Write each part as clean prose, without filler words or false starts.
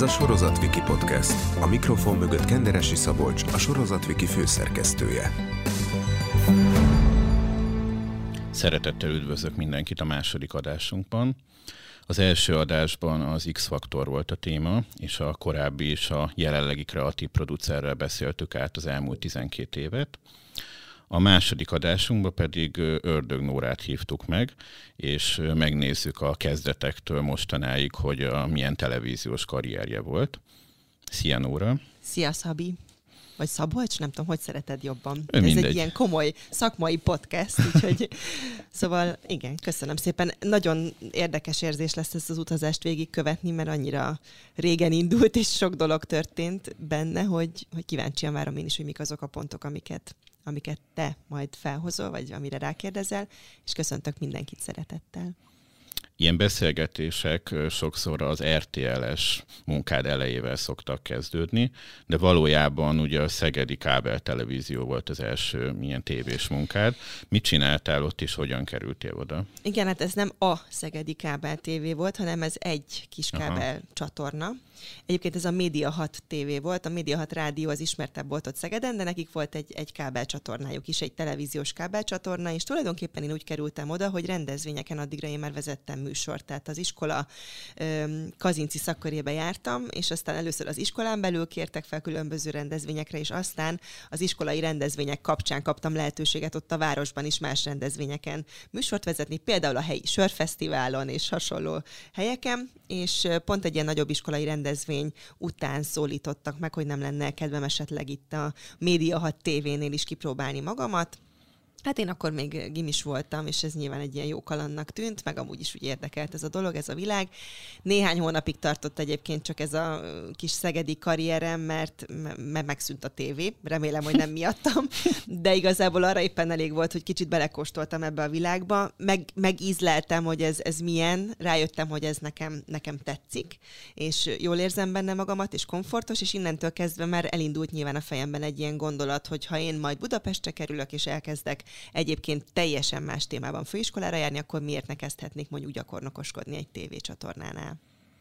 a Sorozatviki Podcast. A mikrofon mögött Kenderesi Szabolcs, a Sorozatviki főszerkesztője. Szeretettel üdvözlök mindenkit a második adásunkban. Az első adásban az X-faktor volt a téma, és a korábbi és a jelenlegi kreatív producerrel beszéltük át az elmúlt 12 évet. A második adásunkban pedig Ördög Nórát hívtuk meg, és megnézzük a kezdetektől mostanáig, hogy milyen televíziós karrierje volt. Szia, Nóra! Szia, Szabi! Vagy Szabolcs, nem tudom, hogy szereted jobban. Mindegy. Ez egy ilyen komoly szakmai podcast, úgyhogy szóval igen, köszönöm szépen. Nagyon érdekes érzés lesz ezt az utazást végigkövetni, mert annyira régen indult, és sok dolog történt benne, hogy kíváncsian várom én is, hogy mik azok a pontok, amiket te majd felhozol, vagy amire rákérdezel, és köszöntök mindenkit szeretettel. Ilyen beszélgetések sokszor az RTL-es munkád elejével szoktak kezdődni, de valójában ugye a szegedi kábeltelevízió volt az első ilyen tévés munkád. Mit csináltál ott, és hogyan kerültél oda? Igen, hát ez nem a szegedi kábel TV volt, hanem ez egy kis kábel csatorna. Egyébként ez a Média 6 TV volt, a Média 6 rádió az ismertebb volt ott Szegeden, de nekik volt egy kábelcsatornájuk is, egy televíziós kábelcsatorna, és tulajdonképpen én úgy kerültem oda, hogy rendezvényeken addigra én már vezettem műsort, tehát az iskola Kazinci szakkörébe jártam, és aztán először az iskolán belül kértek fel különböző rendezvényekre, és aztán az iskolai rendezvények kapcsán kaptam lehetőséget ott a városban is más rendezvényeken műsort vezetni, például a helyi sörfesztiválon és hasonló helyeken, és pont egy ilyen nagyobb iskolai rendezvény után szólítottak meg, hogy nem lenne kedvem esetleg itt a Média 6 TV-nél is kipróbálni magamat. Hát én akkor még gimis voltam, és ez nyilván egy ilyen jó kalandnak tűnt, meg amúgy is úgy érdekelt ez a dolog, ez a világ. Néhány hónapig tartott egyébként csak ez a kis szegedi karrierem, mert megszűnt a tévé. Remélem, hogy nem miattam, de igazából arra éppen elég volt, hogy kicsit belekóstoltam ebbe a világba. Megízleltem, hogy ez milyen, rájöttem, hogy ez nekem tetszik, és jól érzem benne magamat, és komfortos, és innentől kezdve már elindult nyilván a fejemben egy ilyen gondolat, hogy ha én majd Budapestre kerülök, és elkezdek egyébként teljesen más témában főiskolára járni, akkor miért ne kezdhetnék mondjuk gyakornokoskodni egy tévécsatornánál?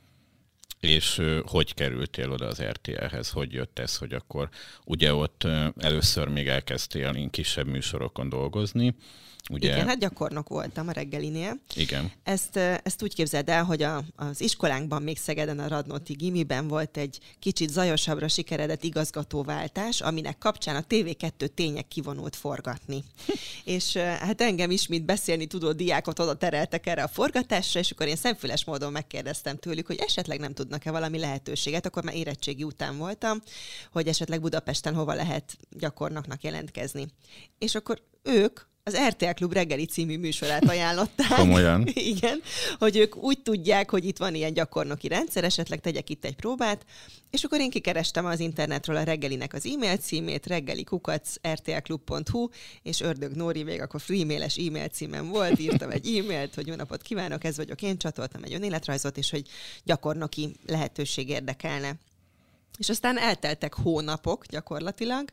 És hogy kerültél oda az RTL-hez? Hogy jött ez, hogy akkor ugye ott először még elkezdtél kisebb műsorokon dolgozni? Ugye? Igen, hát gyakornok voltam a reggelinél. Igen. Ezt úgy képzeld el, hogy az iskolánkban még Szegeden a Radnóti gimiben volt egy kicsit zajosabbra sikeredett igazgatóváltás, aminek kapcsán a TV2 tényleg kivonult forgatni. És hát engem is, mint beszélni tudó diákot oda tereltek erre a forgatásra, és akkor én szemfüles módon megkérdeztem tőlük, hogy esetleg nem tudnak-e valami lehetőséget, akkor már érettségi után voltam, hogy esetleg Budapesten hova lehet gyakornoknak jelentkezni. És akkor ők az RTL Klub reggeli című műsorát ajánlották. Komolyan? Igen, hogy ők úgy tudják, hogy itt van ilyen gyakornoki rendszer, esetleg tegyek itt egy próbát, és akkor én kikerestem az internetről a reggelinek az e-mail címét, reggeli@rtlklub.hu, és Ördög Nóri még akkor freemailes e-mail címem volt, írtam egy e-mailt, hogy jó napot kívánok, ez vagyok én, csatoltam egy önéletrajzot, és hogy gyakornoki lehetőség érdekelne. És aztán elteltek hónapok gyakorlatilag,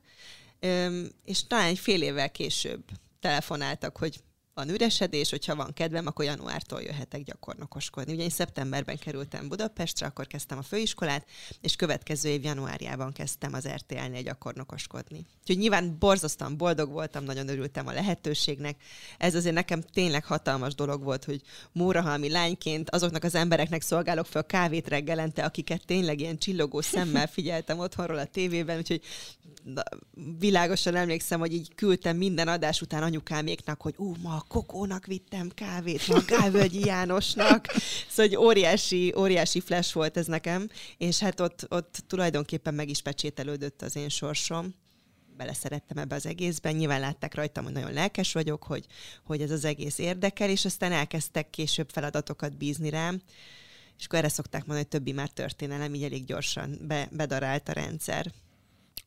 és talán egy fél évvel később telefonáltak, hogy van üresedés, hogyha van kedvem, akkor januártól jöhetek gyakornokoskodni. Ugye én szeptemberben kerültem Budapestre, akkor kezdtem a főiskolát, és következő év januárjában kezdtem az RTL-nél gyakornokoskodni. Úgyhogy nyilván borzasztóan boldog voltam, nagyon örültem a lehetőségnek. Ez azért nekem tényleg hatalmas dolog volt, hogy mórahalmi lányként azoknak az embereknek szolgálok fel kávét reggelente, akiket tényleg ilyen csillogó szemmel figyeltem otthonról a tévében, úgyhogy világosan emlékszem, hogy így küldtem minden adás után anyukáméknak, hogy ma a Kokónak vittem kávét, ma a Gálvölgyi Jánosnak. Szóval egy óriási flash volt ez nekem, és hát ott tulajdonképpen meg is pecsételődött az én sorsom. Beleszerettem ebbe az egészben, nyilván látták rajtam, hogy nagyon lelkes vagyok, hogy ez az egész érdekel, és aztán elkezdtek később feladatokat bízni rám, és akkor erre szokták mondani, hogy többi már történelem, így elég gyorsan bedarált a rendszer.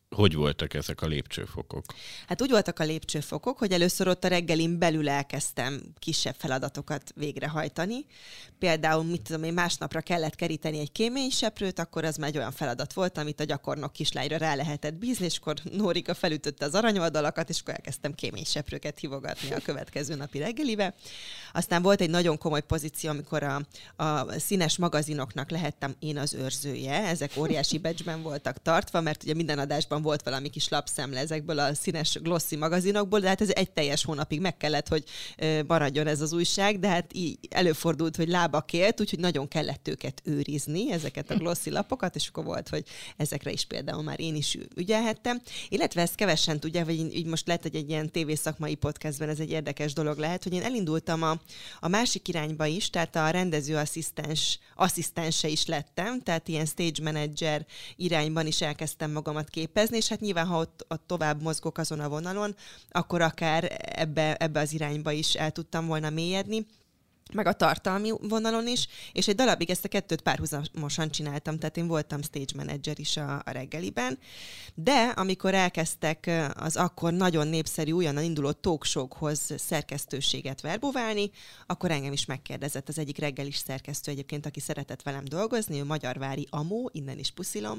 Hogy voltak ezek a lépcsőfokok? Hát úgy voltak a lépcsőfokok, hogy először ott a reggelin belül elkezdtem kisebb feladatokat végrehajtani. Például, mit tudom én, másnapra kellett keríteni egy kéményseprőt, akkor az már egy olyan feladat volt, amit a gyakornok kislányra rá lehetett bízni, és akkor Nórika felütötte az aranyvadalakat, és akkor elkezdtem kéményseprőket hívogatni a következő napi reggelibe. Aztán volt egy nagyon komoly pozíció, amikor a színes magazinoknak lehettem én az őrzője. Ezek óriási badge-ben voltak tartva, mert ugye minden adásban volt valami kis lapszemle ezekből a színes glossy magazinokból, de hát ez egy teljes hónapig meg kellett, hogy maradjon ez az újság, de hát így előfordult, hogy lába élt, úgyhogy nagyon kellett őket őrizni, ezeket a glossy lapokat, és akkor volt, hogy ezekre is például már én is ügyelhettem. Illetve ezt kevesen tudja, vagy így most lehet, hogy egy ilyen tévészakmai podcastben ez egy érdekes dolog lehet, hogy én elindultam a másik irányba is, tehát a rendező asszisztense is lettem, tehát ilyen stage manager irányban is elkezdtem magamat képezni, és hát nyilván, ha ott tovább mozgok azon a vonalon, akkor akár ebbe az irányba is el tudtam volna mélyedni, meg a tartalmi vonalon is, és egy darabig ezt a kettőt párhuzamosan csináltam, tehát én voltam stage manager is a reggeliben, de amikor elkezdtek az akkor nagyon népszerű, újonnan induló talkshowkhoz szerkesztőséget verbuválni, akkor engem is megkérdezett az egyik reggelis szerkesztő egyébként, aki szeretett velem dolgozni, ő Magyarvári Amó, innen is puszilom,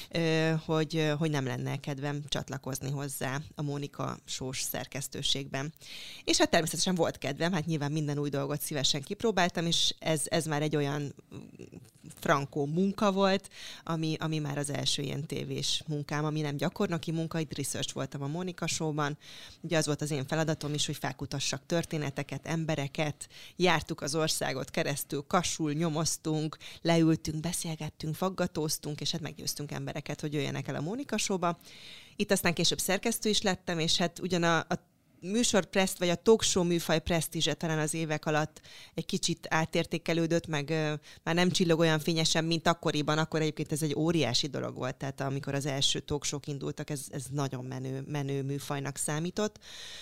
hogy nem lenne kedvem csatlakozni hozzá a Mónika Show-s szerkesztőségben. És hát természetesen volt kedvem, hát nyilván minden új dolgot szívesen kipróbáltam, és ez már egy olyan frankó munka volt, ami már az első ilyen tévés munkám, ami nem gyakornoki munka, itt research voltam a Mónika Show-ban. Ugye az volt az én feladatom is, hogy felkutassak történeteket, embereket, jártuk az országot keresztül, Kassul nyomoztunk, leültünk, beszélgettünk, faggatóztunk, és hát meggyőztünk embereket, hogy jöjjenek el a Mónika Show-ba. Itt aztán később szerkesztő is lettem, és hát ugyan a műsor vagy a talk show műfaj presztízse talán az évek alatt egy kicsit átértékelődött, meg már nem csillog olyan fényesen, mint akkoriban. Akkor egyébként ez egy óriási dolog volt, tehát amikor az első talk show-k indultak, ez nagyon menő műfajnak számított.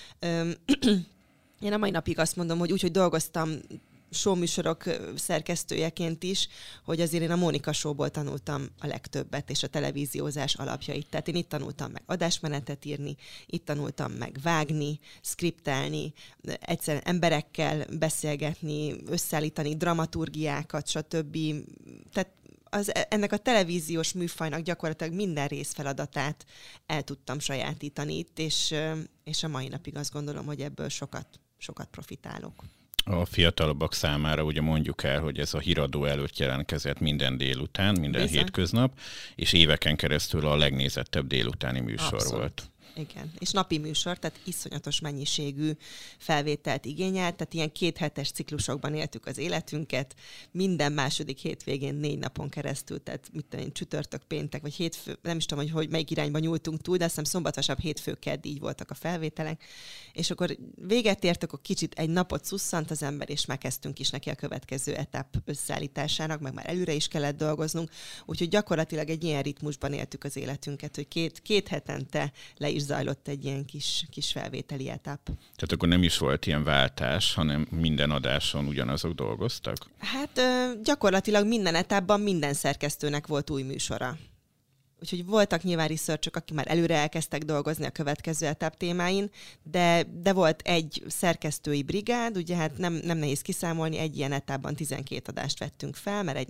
Én a mai napig azt mondom, hogy úgy, hogy dolgoztam showműsorok szerkesztőjeként is, hogy azért én a Mónika Show-ból tanultam a legtöbbet, és a televíziózás alapjait. Tehát én itt tanultam meg adásmenetet írni, itt tanultam meg vágni, skriptelni, egyszerűen emberekkel beszélgetni, összeállítani dramaturgiákat, stb. Tehát ennek a televíziós műfajnak gyakorlatilag minden részfeladatát el tudtam sajátítani itt, és a mai napig azt gondolom, hogy ebből sokat profitálok. A fiatalabbak számára ugye mondjuk el, hogy ez a híradó előtt jelentkezett minden délután, minden hétköznap, és éveken keresztül a legnézettebb délutáni műsor Abszolút. volt. Igen, és napi műsor, tehát iszonyatos mennyiségű felvételt igényelt, tehát ilyen 2 hetes ciklusokban éltük az életünket, minden második hétvégén 4 napon keresztül, tehát mit tudom én, csütörtök, péntek, vagy hétfő, nem is tudom, hogy melyik irányba nyúltunk túl, de azt hiszem szombat, vasárnap, hétfő, kedd, így voltak a felvételek, és akkor véget ért, akkor kicsit egy napot szusszant az ember, és megkezdtünk is neki a következő etap összeállításának, meg már előre is kellett dolgoznunk, úgyhogy gyakorlatilag egy ilyen ritmusban éltük az életünket, hogy két hetente le is zajlott egy ilyen kis felvételi etap. Tehát akkor nem is volt ilyen váltás, hanem minden adáson ugyanazok dolgoztak? Hát gyakorlatilag minden etapban minden szerkesztőnek volt új műsora. Úgyhogy voltak nyilván researchok, akik már előre elkezdtek dolgozni a következő etap témáin, de volt egy szerkesztői brigád, ugye hát nem nehéz kiszámolni, egy ilyen etapban 12 adást vettünk fel, mert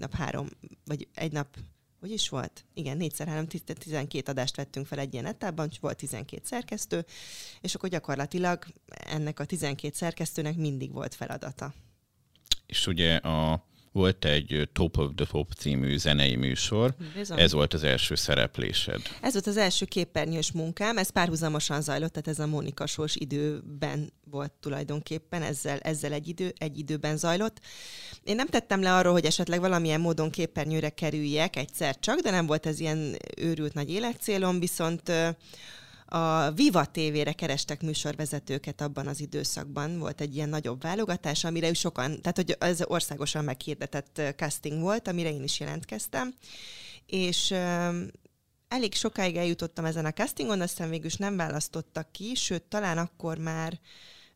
egy nap hogy is volt? Igen, 4x3, 12 adást vettünk fel egy ilyen etapban, és volt 12 szerkesztő, és akkor gyakorlatilag ennek a 12 szerkesztőnek mindig volt feladata. És ugye volt egy Top of the Top című zenei műsor. Bizony. Ez volt az első szereplésed. Ez volt az első képernyős munkám, ez párhuzamosan zajlott, tehát ez a Mónika Show-s időben volt tulajdonképpen, ezzel egy időben zajlott. Én nem tettem le arról, hogy esetleg valamilyen módon képernyőre kerüljek egyszer csak, de nem volt ez ilyen őrült nagy életcélom, viszont a Viva TV-re kerestek műsorvezetőket abban az időszakban. Volt egy ilyen nagyobb válogatás, amire sokan, tehát hogy ez országosan meghirdetett casting volt, amire én is jelentkeztem. És elég sokáig eljutottam ezen a castingon, aztán végül nem választottak ki, sőt, talán akkor már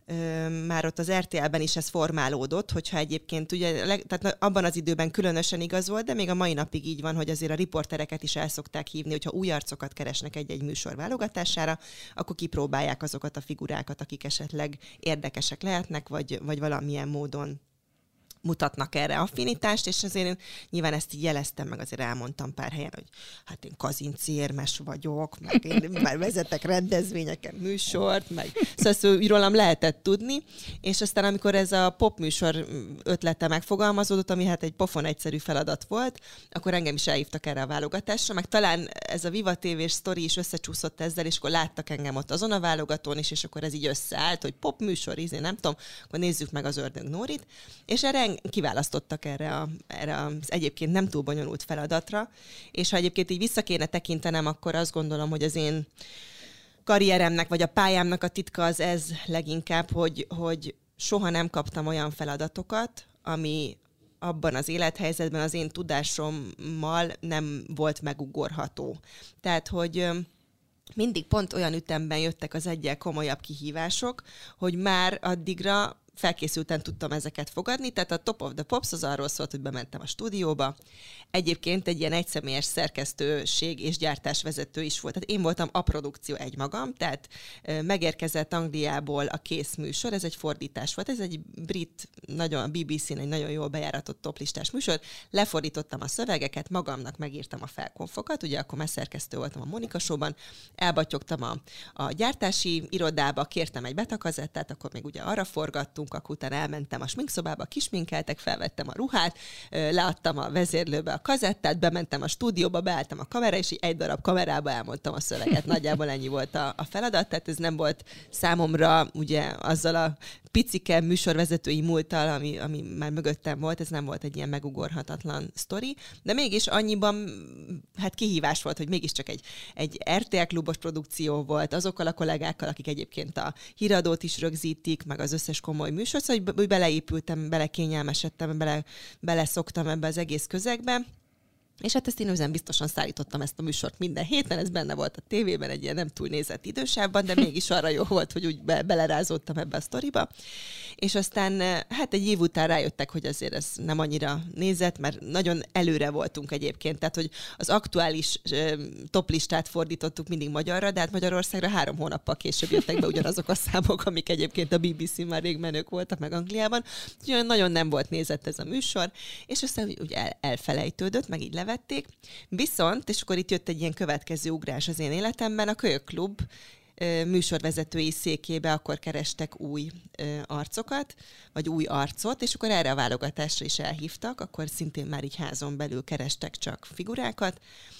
már ott az RTL-ben is ez formálódott, hogyha egyébként ugye, tehát abban az időben különösen igaz volt, de még a mai napig így van, hogy azért a riportereket is el szokták hívni, hogyha új arcokat keresnek egy-egy műsor válogatására, akkor kipróbálják azokat a figurákat, akik esetleg érdekesek lehetnek, vagy valamilyen módon mutatnak erre affinitást, és azért nyilván ezt így jeleztem, meg azért elmondtam pár helyen, hogy hát én Kazinci érmes vagyok, meg én már vezetek rendezvényeken műsort, meg szóval rólam lehetett tudni, és aztán amikor ez a popműsor ötlete megfogalmazódott, ami hát egy pofon egyszerű feladat volt, akkor engem is elhívtak erre a válogatásra, meg talán ez a Viva TV-s sztori is összecsúszott ezzel, és akkor láttak engem ott azon a válogatón is, és akkor ez így összeállt, hogy popműsor, nem tudom, akkor nézzük meg az Ördög Nórit, és erre kiválasztottak erre az egyébként nem túl bonyolult feladatra, és ha egyébként így vissza kéne tekintenem, akkor azt gondolom, hogy az én karrieremnek, vagy a pályámnak a titka az ez leginkább, hogy soha nem kaptam olyan feladatokat, ami abban az élethelyzetben az én tudásommal nem volt megugorható. Tehát, hogy mindig pont olyan ütemben jöttek az egyel komolyabb kihívások, hogy már addigra felkészülten tudtam ezeket fogadni, tehát a Top of the Pops az arról szólt, hogy bementem a stúdióba. Egyébként egy ilyen egyszemélyes szerkesztőség és gyártásvezető is volt. Tehát én voltam a produkció egymagam, tehát megérkezett Angliából a kész műsor, ez egy fordítás volt, ez egy brit, a BBC-n egy nagyon jól bejáratott toplistás műsor, lefordítottam a szövegeket, magamnak megírtam a felkonfokat, ugye akkor már szerkesztő voltam a Monika Show-ban, elbattyogtam a gyártási irodába, kértem egy betakazettát, akkor még ugye arra forgattunk, akkor utána elmentem a sminkszobába, kisminkeltek, felvettem a ruhát, leadtam a vezérlőbe a kazettát, bementem a stúdióba, beálltam a kamera, és így egy darab kamerába elmondtam a szöveget. Nagyjából ennyi volt a feladat, tehát ez nem volt számomra ugye azzal a picike műsorvezetői múlttal, ami már mögöttem volt, ez nem volt egy ilyen megugorhatatlan sztori, de mégis annyiban hát kihívás volt, hogy mégiscsak egy RTL klubos produkció volt azokkal a kollégákkal, akik egyébként a híradót is rögzítik, meg az összes komoly műsor, szóval hogy beleépültem, belekényelmesedtem, beleszoktam ebbe az egész közegbe, és hát ezt én biztosan szállítottam ezt a műsort minden héten, ez benne volt a tévében egy ilyen nem túl nézett idősávban, de mégis arra jó volt, hogy úgy belerázódtam ebbe a sztoriba. És aztán hát egy év után rájöttek, hogy azért ez nem annyira nézett, mert nagyon előre voltunk egyébként, tehát hogy az aktuális toplistát fordítottuk mindig magyarra, de hát Magyarországra 3 hónappal később jöttek be ugyanazok a számok, amik egyébként a BBC már rég menők voltak meg Angliában. Úgyhogy nagyon nem volt nézett ez a műsor, és aztán ugye elfelejtődött, meg így levették. Viszont, és akkor itt jött egy ilyen következő ugrás az én életemben, a Kölyök Klub műsorvezetői székébe akkor kerestek új arcokat, vagy új arcot, és akkor erre a válogatásra is elhívtak, akkor szintén már így házon belül kerestek csak figurákat,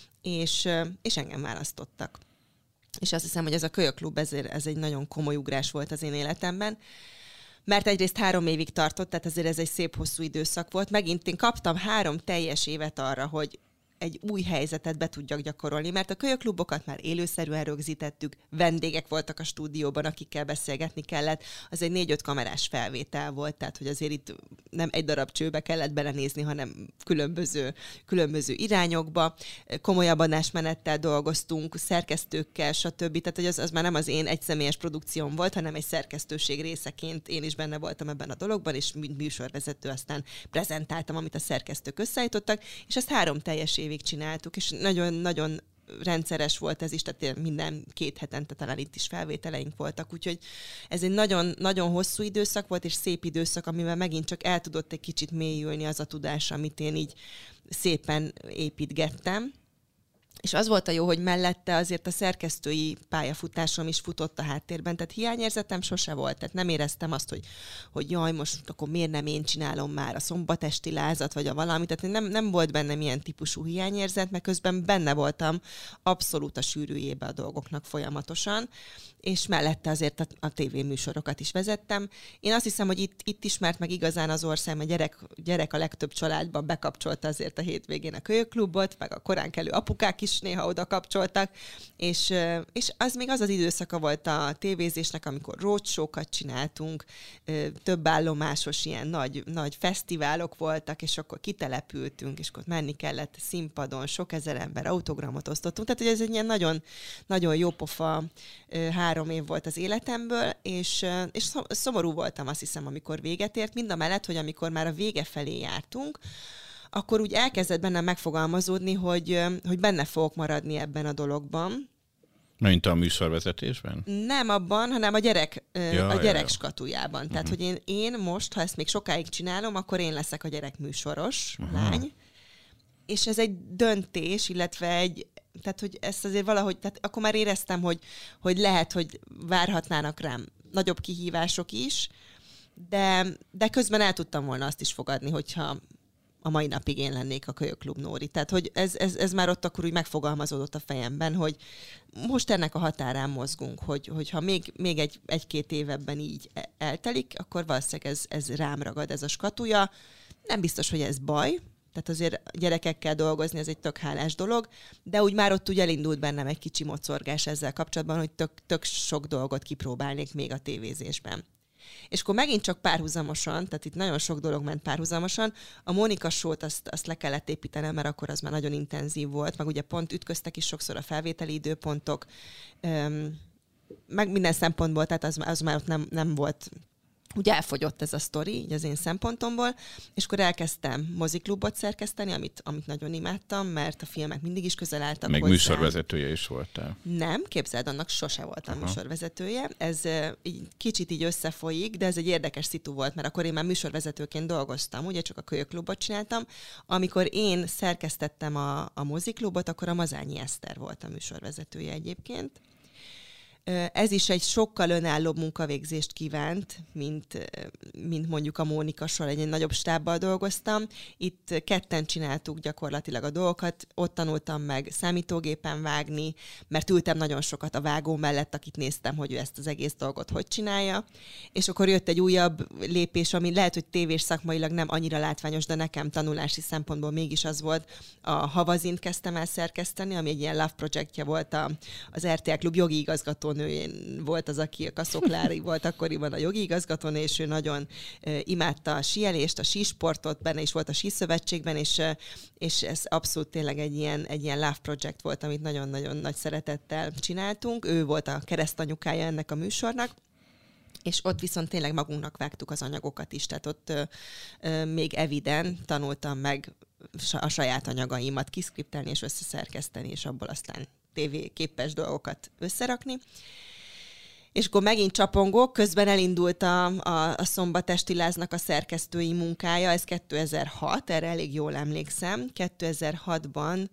és engem választottak. És azt hiszem, hogy ez a Kölyök Klub, ez egy nagyon komoly ugrás volt az én életemben, mert egyrészt 3 évig tartott, tehát azért ez egy szép hosszú időszak volt. Megint én kaptam 3 teljes évet arra, hogy egy új helyzetet be tudjak gyakorolni, mert a kölyöklubokat már élőszerűen rögzítettük, vendégek voltak a stúdióban, akikkel beszélgetni kellett, az egy 4-5 kamerás felvétel volt, tehát hogy azért itt nem egy darab csőbe kellett belenézni, hanem különböző irányokba, komolyabb adásmenettel dolgoztunk, szerkesztőkkel, stb. Tehát hogy az már nem az én egyszemélyes produkcióm volt, hanem egy szerkesztőség részeként én is benne voltam ebben a dologban, és mint műsorvezető aztán prezentáltam, amit a szerkesztők összeállítottak, és ezt 3 teljes évig csináltuk, és nagyon-nagyon rendszeres volt ez is, tehát minden 2 hetente talán itt is felvételeink voltak, úgyhogy ez egy nagyon hosszú időszak volt, és szép időszak, amivel megint csak el tudott egy kicsit mélyülni az a tudás, amit én így szépen építgettem. És az volt a jó, hogy mellette azért a szerkesztői pályafutásom is futott a háttérben, tehát hiányérzetem sose volt, tehát nem éreztem azt, hogy jaj, most akkor miért nem én csinálom már a szombatesti lázat, vagy a valamit, tehát nem volt bennem ilyen típusú hiányérzet, mert közben benne voltam abszolút a sűrűjébe a dolgoknak folyamatosan, és mellette azért a tévéműsorokat is vezettem. Én azt hiszem, hogy itt ismert meg igazán az ország, mert gyerek a legtöbb családban bekapcsolta azért a hétvégén a kölyökklubot, meg a koránkelő apukák is néha oda kapcsoltak, és az még az az időszaka volt a tévézésnek, amikor roadshow-kat csináltunk, több állomásos ilyen nagy fesztiválok voltak, és akkor kitelepültünk, és akkor menni kellett színpadon, sok ezer ember, autogramot osztottunk, tehát hogy ez egy ilyen nagyon, nagyon jópofa 3 év volt az életemből, és szomorú voltam, azt hiszem, amikor véget ért, mindamellett, hogy amikor már a vége felé jártunk, akkor úgy elkezdett bennem megfogalmazódni, hogy benne fogok maradni ebben a dologban. Mint a műsorvezetésben? Nem abban, hanem a gyerek skatujában. Tehát, hogy én most, ha ezt még sokáig csinálom, akkor én leszek a gyerekműsoros lány. És ez egy döntés, illetve tehát, hogy ezt azért valahogy, tehát akkor már éreztem, hogy lehet, hogy várhatnának rám nagyobb kihívások is, de közben el tudtam volna azt is fogadni, hogyha a mai napig én lennék a Kölyökklub Nóri. Tehát, hogy ez már ott akkor úgy megfogalmazódott a fejemben, hogy most ennek a határán mozgunk, hogy ha még egy-két évben így eltelik, akkor valószínűleg ez rám ragad, ez a skatuja. Nem biztos, hogy ez baj, tehát azért gyerekekkel dolgozni, ez egy tök hálás dolog, de úgy már ott úgy elindult bennem egy kicsi mocorgás ezzel kapcsolatban, hogy tök sok dolgot kipróbálnék még a tévézésben. És akkor megint csak párhuzamosan, tehát itt nagyon sok dolog ment párhuzamosan, a Mónika Show-t azt le kellett építenem, mert akkor az már nagyon intenzív volt, meg ugye pont ütköztek is sokszor a felvételi időpontok, meg minden szempontból, tehát az már ott nem volt, úgy elfogyott ez a sztori, így az én szempontomból, és akkor elkezdtem moziklubot szerkeszteni, amit nagyon imádtam, mert a filmek mindig is közel álltak meg hozzám. Műsorvezetője is voltál. Nem, képzeld, annak sose voltam műsorvezetője. Ez kicsit így összefolyik, de ez egy érdekes szitu volt, mert akkor én már műsorvezetőként dolgoztam, ugye csak a Kölyökklubot csináltam. Amikor én szerkesztettem a moziklubot, akkor a Mazányi Eszter volt a műsorvezetője egyébként. Ez is egy sokkal önállóbb munkavégzést kívánt, mint mondjuk a Mónika Show, egy nagyobb stábbal dolgoztam. Itt ketten csináltuk gyakorlatilag a dolgokat, ott tanultam meg számítógépen vágni, mert ültem nagyon sokat a vágó mellett, akit néztem, hogy ő ezt az egész dolgot hogy csinálja. És akkor jött egy újabb lépés, ami lehet, hogy tévés szakmailag nem annyira látványos, de nekem tanulási szempontból mégis az volt. A Havazint kezdtem el szerkeszteni, ami egy ilyen love projektje volt az RTL Klub jogi igazgató volt az, aki a Kaszoklári volt akkoriban a jogi igazgatón, és ő nagyon imádta a síelést, a sísportot, benne is volt a síszövetségben, és ez abszolút tényleg egy ilyen love project volt, amit nagyon-nagyon nagy szeretettel csináltunk. Ő volt a keresztanyukája ennek a műsornak, és ott viszont tényleg magunknak vágtuk az anyagokat is, tehát ott még eviden tanultam meg a saját anyagaimat kiszkriptelni és összeszerkeszteni, és abból aztán tévéképes dolgokat összerakni. És akkor megint csapongok, közben elindult a Szombatesti Láznak a szerkesztői munkája, ez 2006, erre elég jól emlékszem. 2006-ban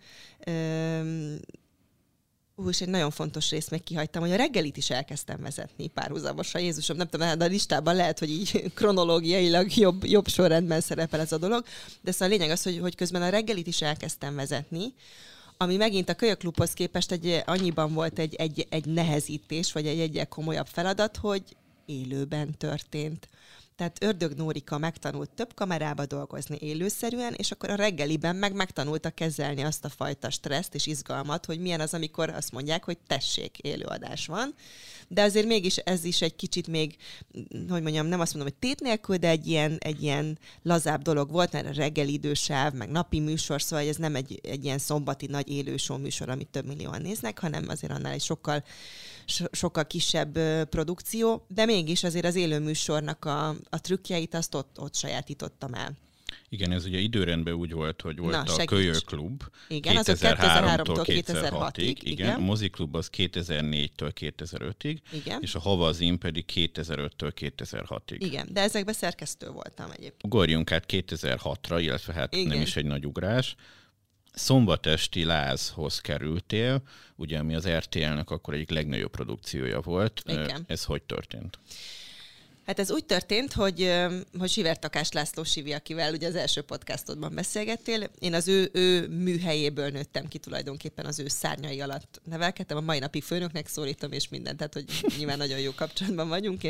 és egy nagyon fontos részt még kihagytam, hogy a reggelit is elkezdtem vezetni párhuzamosan. Jézusom, nem tudom, de a listában lehet, hogy így kronológiailag jobb sorrendben szerepel ez a dolog, de szóval a lényeg az, hogy közben a reggelit is elkezdtem vezetni, ami megint a Kölyökklubhoz képest annyiban volt egy nehezítés, vagy egy komolyabb feladat, hogy élőben történt. Tehát Ördög Nórika megtanult több kamerába dolgozni élőszerűen, és akkor a reggeliben megtanulta kezelni azt a fajta stresszt és izgalmat, hogy milyen az, amikor azt mondják, hogy tessék, élőadás van. De azért mégis ez is egy kicsit még, hogy mondjam, nem azt mondom, hogy tét nélkül, de egy ilyen lazább dolog volt, mert a reggeli idősáv, meg napi műsor, szóval ez nem egy ilyen szombati nagy élő show műsor, amit több millióan néznek, hanem azért annál egy sokkal kisebb produkció, de mégis azért az élő műsornak a trükkjeit azt ott sajátítottam el. Igen, ez ugye időrendben úgy volt, hogy volt a Kölyökklub. Igen, 2003-tól 2006-ig. Igen, a moziklub az 2004-től 2005-ig, igen. És a Havazin pedig 2005-től 2006-ig. Igen, de ezekben szerkesztő voltam egyébként. Ugorjunk át 2006-ra, illetve hát igen. Nem is egy nagy ugrás. Szombatesti Lázhoz kerültél, ugye, ami az RTL-nek akkor egyik legnagyobb produkciója volt. Igen. Ez hogy történt? Hát ez úgy történt, hogy Siver Takás László Sivi, akivel ugye az első podcastodban beszélgettél, én az ő műhelyéből nőttem ki tulajdonképpen, az ő szárnyai alatt nevelkedtem, a mai napig főnöknek szólítom és mindent, tehát hogy nyilván nagyon jó kapcsolatban vagyunk,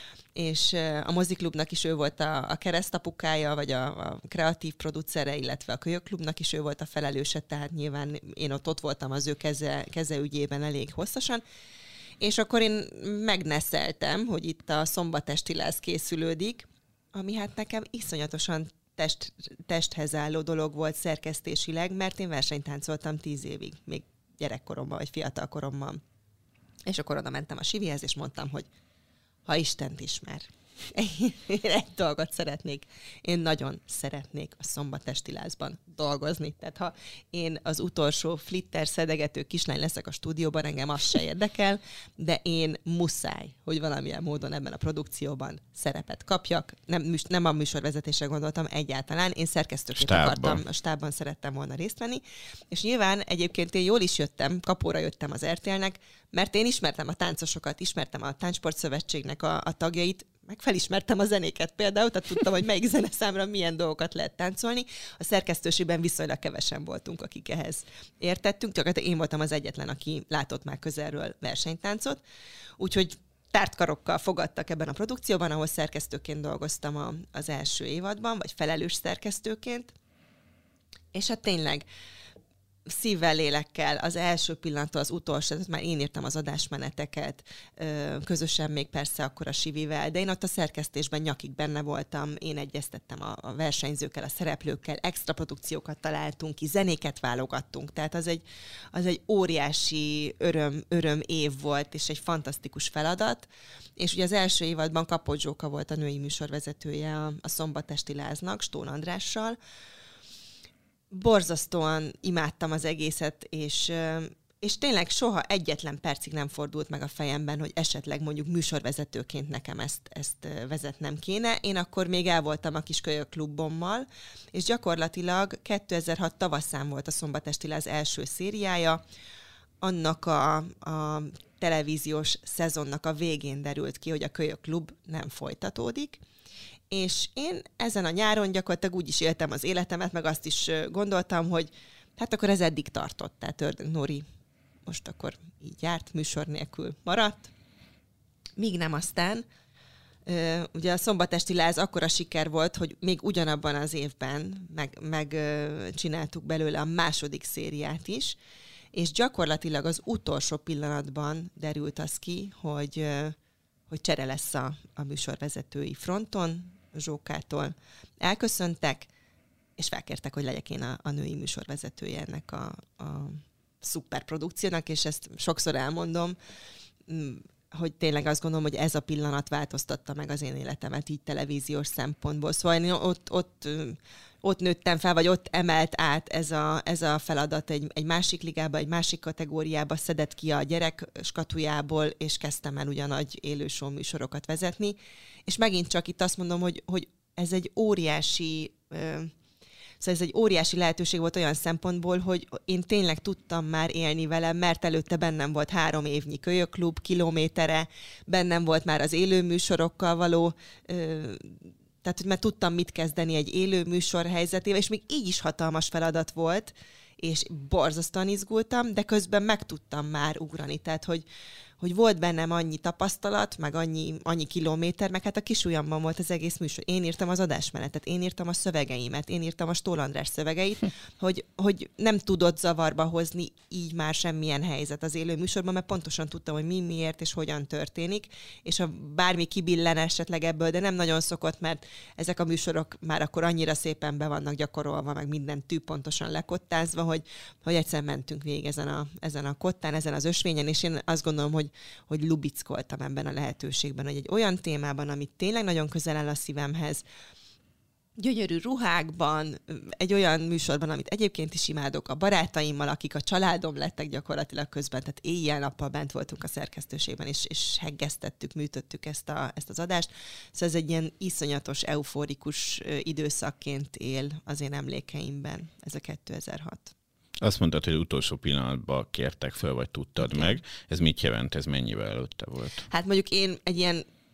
és a moziklubnak is ő volt a keresztapukája, vagy a kreatív producere, illetve a kölyökklubnak is ő volt a felelőse, tehát nyilván én ott voltam az ő keze ügyében elég hosszasan. És akkor én megneszeltem, hogy itt a Szombatesti Láz készülődik, ami hát nekem iszonyatosan testhez álló dolog volt szerkesztésileg, mert én versenytáncoltam 10 évig, még gyerekkoromban, vagy fiatal koromban. És akkor oda mentem a Sivihez, és mondtam, hogy ha Istent ismer, én egy dolgot szeretnék. Én nagyon szeretnék a Szombatesti Lázban dolgozni. Tehát ha én az utolsó flitter szedegető kislány leszek a stúdióban, engem az se érdekel, de én muszáj, hogy valamilyen módon ebben a produkcióban szerepet kapjak. Nem a műsorvezetésre gondoltam egyáltalán. Én szerkesztőként akartam, a stábban szerettem volna részt venni. És nyilván egyébként én jól is jöttem, kapóra jöttem az RTL-nek, mert én ismertem a táncosokat, ismertem a Táncsportszövetségnek a tagjait, meg felismertem a zenéket például, tehát tudtam, hogy melyik zeneszámra milyen dolgokat lehet táncolni. A szerkesztőségben viszonylag kevesen voltunk, akik ehhez értettünk. Gyakorlatilag én voltam az egyetlen, aki látott már közelről versenytáncot. Úgyhogy tárt karokkal fogadtak ebben a produkcióban, ahol szerkesztőként dolgoztam az első évadban, vagy felelős szerkesztőként. És hát tényleg szívvel, lélekkel, az első pillanattól az utolsó, tehát már én írtam az adásmeneteket, közösen még persze akkor a Sivivel, de én ott a szerkesztésben nyakig benne voltam, én egyeztettem a versenyzőkkel, a szereplőkkel, extra produkciókat találtunk ki, zenéket válogattunk, tehát az egy óriási öröm év volt, és egy fantasztikus feladat, és ugye az első évadban Kapocs Zsóka volt a női műsorvezetője a Szombatesti Láznak, Stón Andrással. Borzasztóan imádtam az egészet, és tényleg soha egyetlen percig nem fordult meg a fejemben, hogy esetleg mondjuk műsorvezetőként nekem ezt vezetnem kéne. Én akkor még el voltam a kis kölyökklubommal, és gyakorlatilag 2006 tavaszán volt a Szombatesti Láz első szériája, annak a televíziós szezonnak a végén derült ki, hogy a kölyökklub nem folytatódik, és én ezen a nyáron gyakorlatilag úgy is éltem az életemet, meg azt is gondoltam, hogy hát akkor ez eddig tartott. Tehát Ördög Nóri most akkor így járt, műsor nélkül maradt. Míg nem aztán. Ugye a Szombatesti Láz akkora siker volt, hogy még ugyanabban az évben megcsináltuk belőle a második szériát is, és gyakorlatilag az utolsó pillanatban derült az ki, hogy csere lesz a műsorvezetői fronton, Zsókától elköszöntek, és felkértek, hogy legyek én a női műsorvezetője ennek a szuperprodukciónak, és ezt sokszor elmondom, hogy tényleg azt gondolom, hogy ez a pillanat változtatta meg az én életemet így televíziós szempontból. Szóval én ott nőttem fel, vagy ott emelt át ez a feladat egy másik ligába, egy másik kategóriába, szedett ki a gyerek skatujából, és kezdtem el ugyan nagy élőshow műsorokat vezetni. És megint csak itt azt mondom, hogy ez egy óriási... Szóval ez egy óriási lehetőség volt olyan szempontból, hogy én tényleg tudtam már élni vele, mert előtte bennem volt 3 évnyi kölyökklub, kilométere, bennem volt már az élő műsorokkal való, tehát hogy már tudtam mit kezdeni egy élő műsor helyzetével, és még így is hatalmas feladat volt, és borzasztóan izgultam, de közben meg tudtam már ugrani, tehát hogy volt bennem annyi tapasztalat, meg annyi kilométer, meg hát a kisujjamban volt az egész műsor. Én írtam az adásmenetet, én írtam a szövegeimet, én írtam a Stól András szövegeit, hogy nem tudott zavarba hozni így már semmilyen helyzet az élő műsorban, mert pontosan tudtam, hogy mi, miért és hogyan történik, és ha bármi kibillen esetleg ebből, de nem nagyon szokott, mert ezek a műsorok már akkor annyira szépen be vannak gyakorolva, meg minden pontosan lekottázva, hogy egyszer mentünk végig ezen a kottán, ezen az ösvényen, és én azt gondolom, hogy lubickoltam ebben a lehetőségben, hogy egy olyan témában, amit tényleg nagyon közel áll a szívemhez, gyönyörű ruhákban, egy olyan műsorban, amit egyébként is imádok, a barátaimmal, akik a családom lettek gyakorlatilag közben, tehát éjjel-nappal bent voltunk a szerkesztőségben, és heggeztettük, műtöttük ezt az adást. Szóval ez egy ilyen iszonyatos, euforikus időszakként él az én emlékeimben, ez a 2006. Azt mondtad, hogy utolsó pillanatban kértek föl, vagy tudtad meg. Ez mit jelent? Ez mennyivel előtte volt? Hát mondjuk én egy ilyen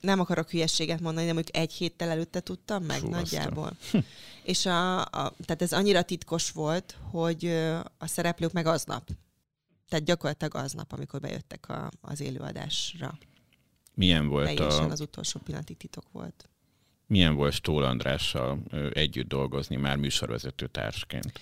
nem akarok hülyességet mondani, de mondjuk 1 héttel előtte tudtam meg nagyjából. És tehát ez annyira titkos volt, hogy a szereplők meg aznap. Tehát gyakorlatilag aznap, amikor bejöttek az élőadásra. Milyen volt az utolsó pillanatig titok volt. Milyen volt Stól Andrással együtt dolgozni már műsorvezető társként?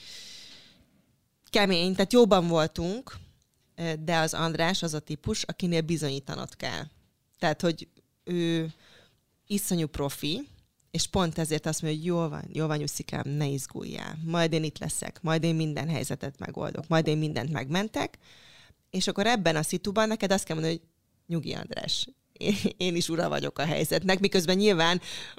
Kemény, tehát jóban voltunk, de az András az a típus, akinél bizonyítanod kell. Tehát, hogy ő iszonyú profi, és pont ezért azt mondja, hogy jól van, Jusszikám, ne izguljál. Majd én itt leszek, majd én minden helyzetet megoldok, majd én mindent megmentek, és akkor ebben a szituban neked azt kell mondani, hogy nyugi András, én is ura vagyok a helyzetnek, miközben nyilván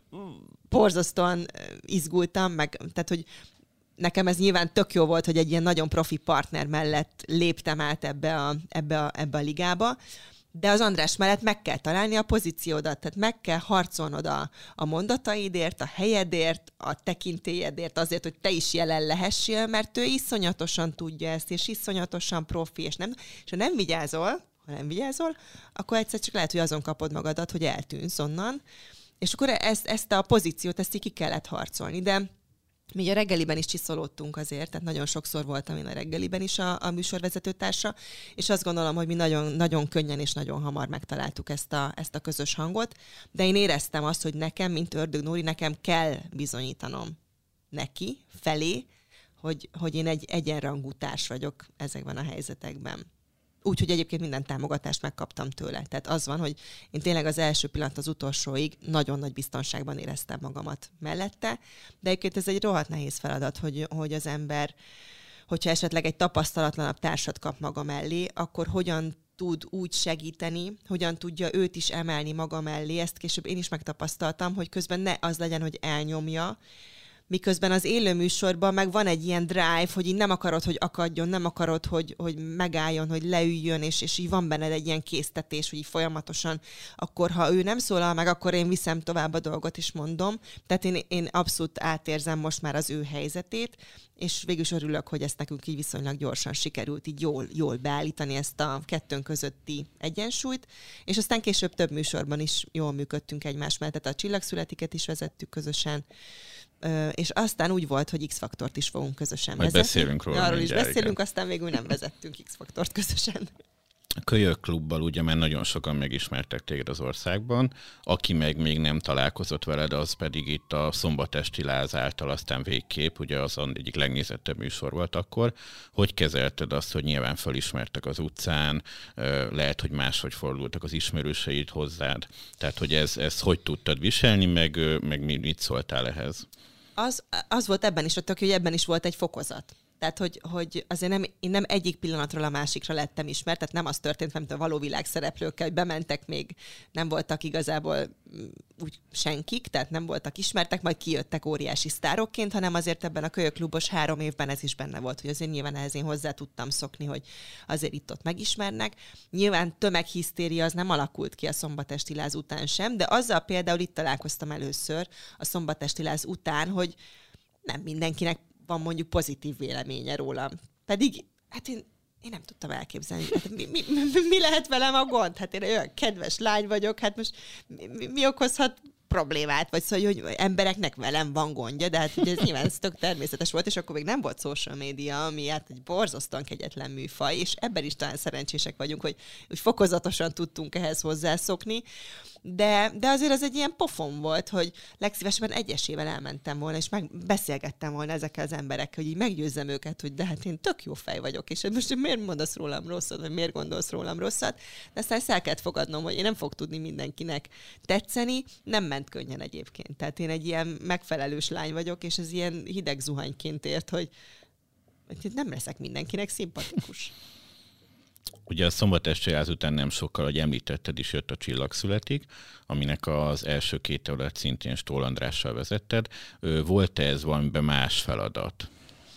borzasztóan izgultam, tehát, hogy nekem ez nyilván tök jó volt, hogy egy ilyen nagyon profi partner mellett léptem át ebbe a ligába, de az András mellett meg kell találni a pozíciódat, tehát meg kell harcolnod a mondataidért, a helyedért, a tekintélyedért, azért, hogy te is jelen lehessél, mert ő iszonyatosan tudja ezt, és iszonyatosan profi, és ha nem vigyázol, akkor egyszer csak lehet, hogy azon kapod magadat, hogy eltűnsz onnan, és akkor ezt a pozíciót, ezt így ki kellett harcolni, de mi a reggeliben is csiszolódtunk azért, tehát nagyon sokszor voltam én a reggeliben is a műsorvezetőtársa, és azt gondolom, hogy mi nagyon, nagyon könnyen és nagyon hamar megtaláltuk ezt a közös hangot, de én éreztem azt, hogy nekem, mint Ördög Nóri, nekem kell bizonyítanom neki, felé, hogy én egy egyenrangú társ vagyok ezekben a helyzetekben. Úgyhogy egyébként minden támogatást megkaptam tőle. Tehát az van, hogy én tényleg az első pillanat az utolsóig nagyon nagy biztonságban éreztem magamat mellette, de egyébként ez egy rohadt nehéz feladat, hogy az ember, hogyha esetleg egy tapasztalatlanabb társat kap maga mellé, akkor hogyan tud úgy segíteni, hogyan tudja őt is emelni maga mellé. Ezt később én is megtapasztaltam, hogy közben ne az legyen, hogy elnyomja, miközben az élőműsorban meg van egy ilyen drive, hogy így nem akarod, hogy akadjon, nem akarod, hogy megálljon, hogy leüljön, és így van benned egy ilyen késztetés, hogy így folyamatosan, akkor ha ő nem szólal meg, akkor én viszem tovább a dolgot, és mondom. Tehát én abszolút átérzem most már az ő helyzetét, és végül is örülök, hogy ezt nekünk így viszonylag gyorsan sikerült így jól beállítani ezt a kettőnk közötti egyensúlyt, és aztán később több műsorban is jól működtünk egymás mellett, tehát a Csillagszületiket is vezettük közösen, és aztán úgy volt, hogy X-faktort is fogunk közösen vezetni. Beszélünk róla. Arról is beszélünk, aztán végül nem vezettünk X-faktort közösen. A Kölyök Klubbal ugye már nagyon sokan megismertek téged az országban, aki meg még nem találkozott veled, az pedig itt a Szombatesti Láz által aztán végképp, ugye az egyik legnézettebb műsor volt akkor. Hogy kezelted azt, hogy nyilván felismertek az utcán, lehet, hogy máshogy fordultak az ismerőseid hozzád, tehát hogy ez hogy tudtad viselni, meg mit szóltál ehhez? Az volt ebben is, hogy ebben is volt egy fokozat. Tehát, hogy azért én nem egyik pillanatról a másikra lettem ismert, tehát nem az történt, mint a való világ szereplőkkel, hogy bementek, még nem voltak igazából úgy senkik, tehát nem voltak ismertek, majd kijöttek óriási sztárokként, hanem azért ebben a Kölyök-klubos 3 évben ez is benne volt, hogy azért nyilván ehhez én hozzá tudtam szokni, hogy azért itt-ott megismernek. Nyilván tömeghisztéria az nem alakult ki a Szombatesti Láz után sem, de azzal például itt találkoztam először a Szombatesti Láz után, hogy nem mindenkinek van mondjuk pozitív véleménye rólam. Pedig, hát én nem tudtam elképzelni. Hát mi lehet velem a gond? Hát én olyan kedves lány vagyok, hát most mi okozhat problémát? Vagy szóval, hogy embereknek velem van gondja, de hát ugye ez nyilván ez tök természetes volt, és akkor még nem volt social media, ami hát egy borzasztóan kegyetlen műfaj, és ebben is talán szerencsések vagyunk, hogy fokozatosan tudtunk ehhez hozzászokni. De azért az egy ilyen pofon volt, hogy legszívesebben egyesével elmentem volna, és beszélgettem volna ezekkel az emberekkel, hogy így meggyőzzem őket, hogy de hát én tök jó fej vagyok, és most miért mondasz rólam rosszat, vagy miért gondolsz rólam rosszat, de aztán ezt el kellett fogadnom, hogy én nem fog tudni mindenkinek tetszeni, nem ment könnyen egyébként. Tehát én egy ilyen megfelelős lány vagyok, és ez ilyen hideg zuhanyként ért, hogy nem leszek mindenkinek szimpatikus. Ugye a Szombatesti Láz után nem sokkal, hogy említetted is, jött a Csillagszületik, aminek az első 2 évadát szintén Stól Andrással vezetted. Volt-e ez valamiben más feladat?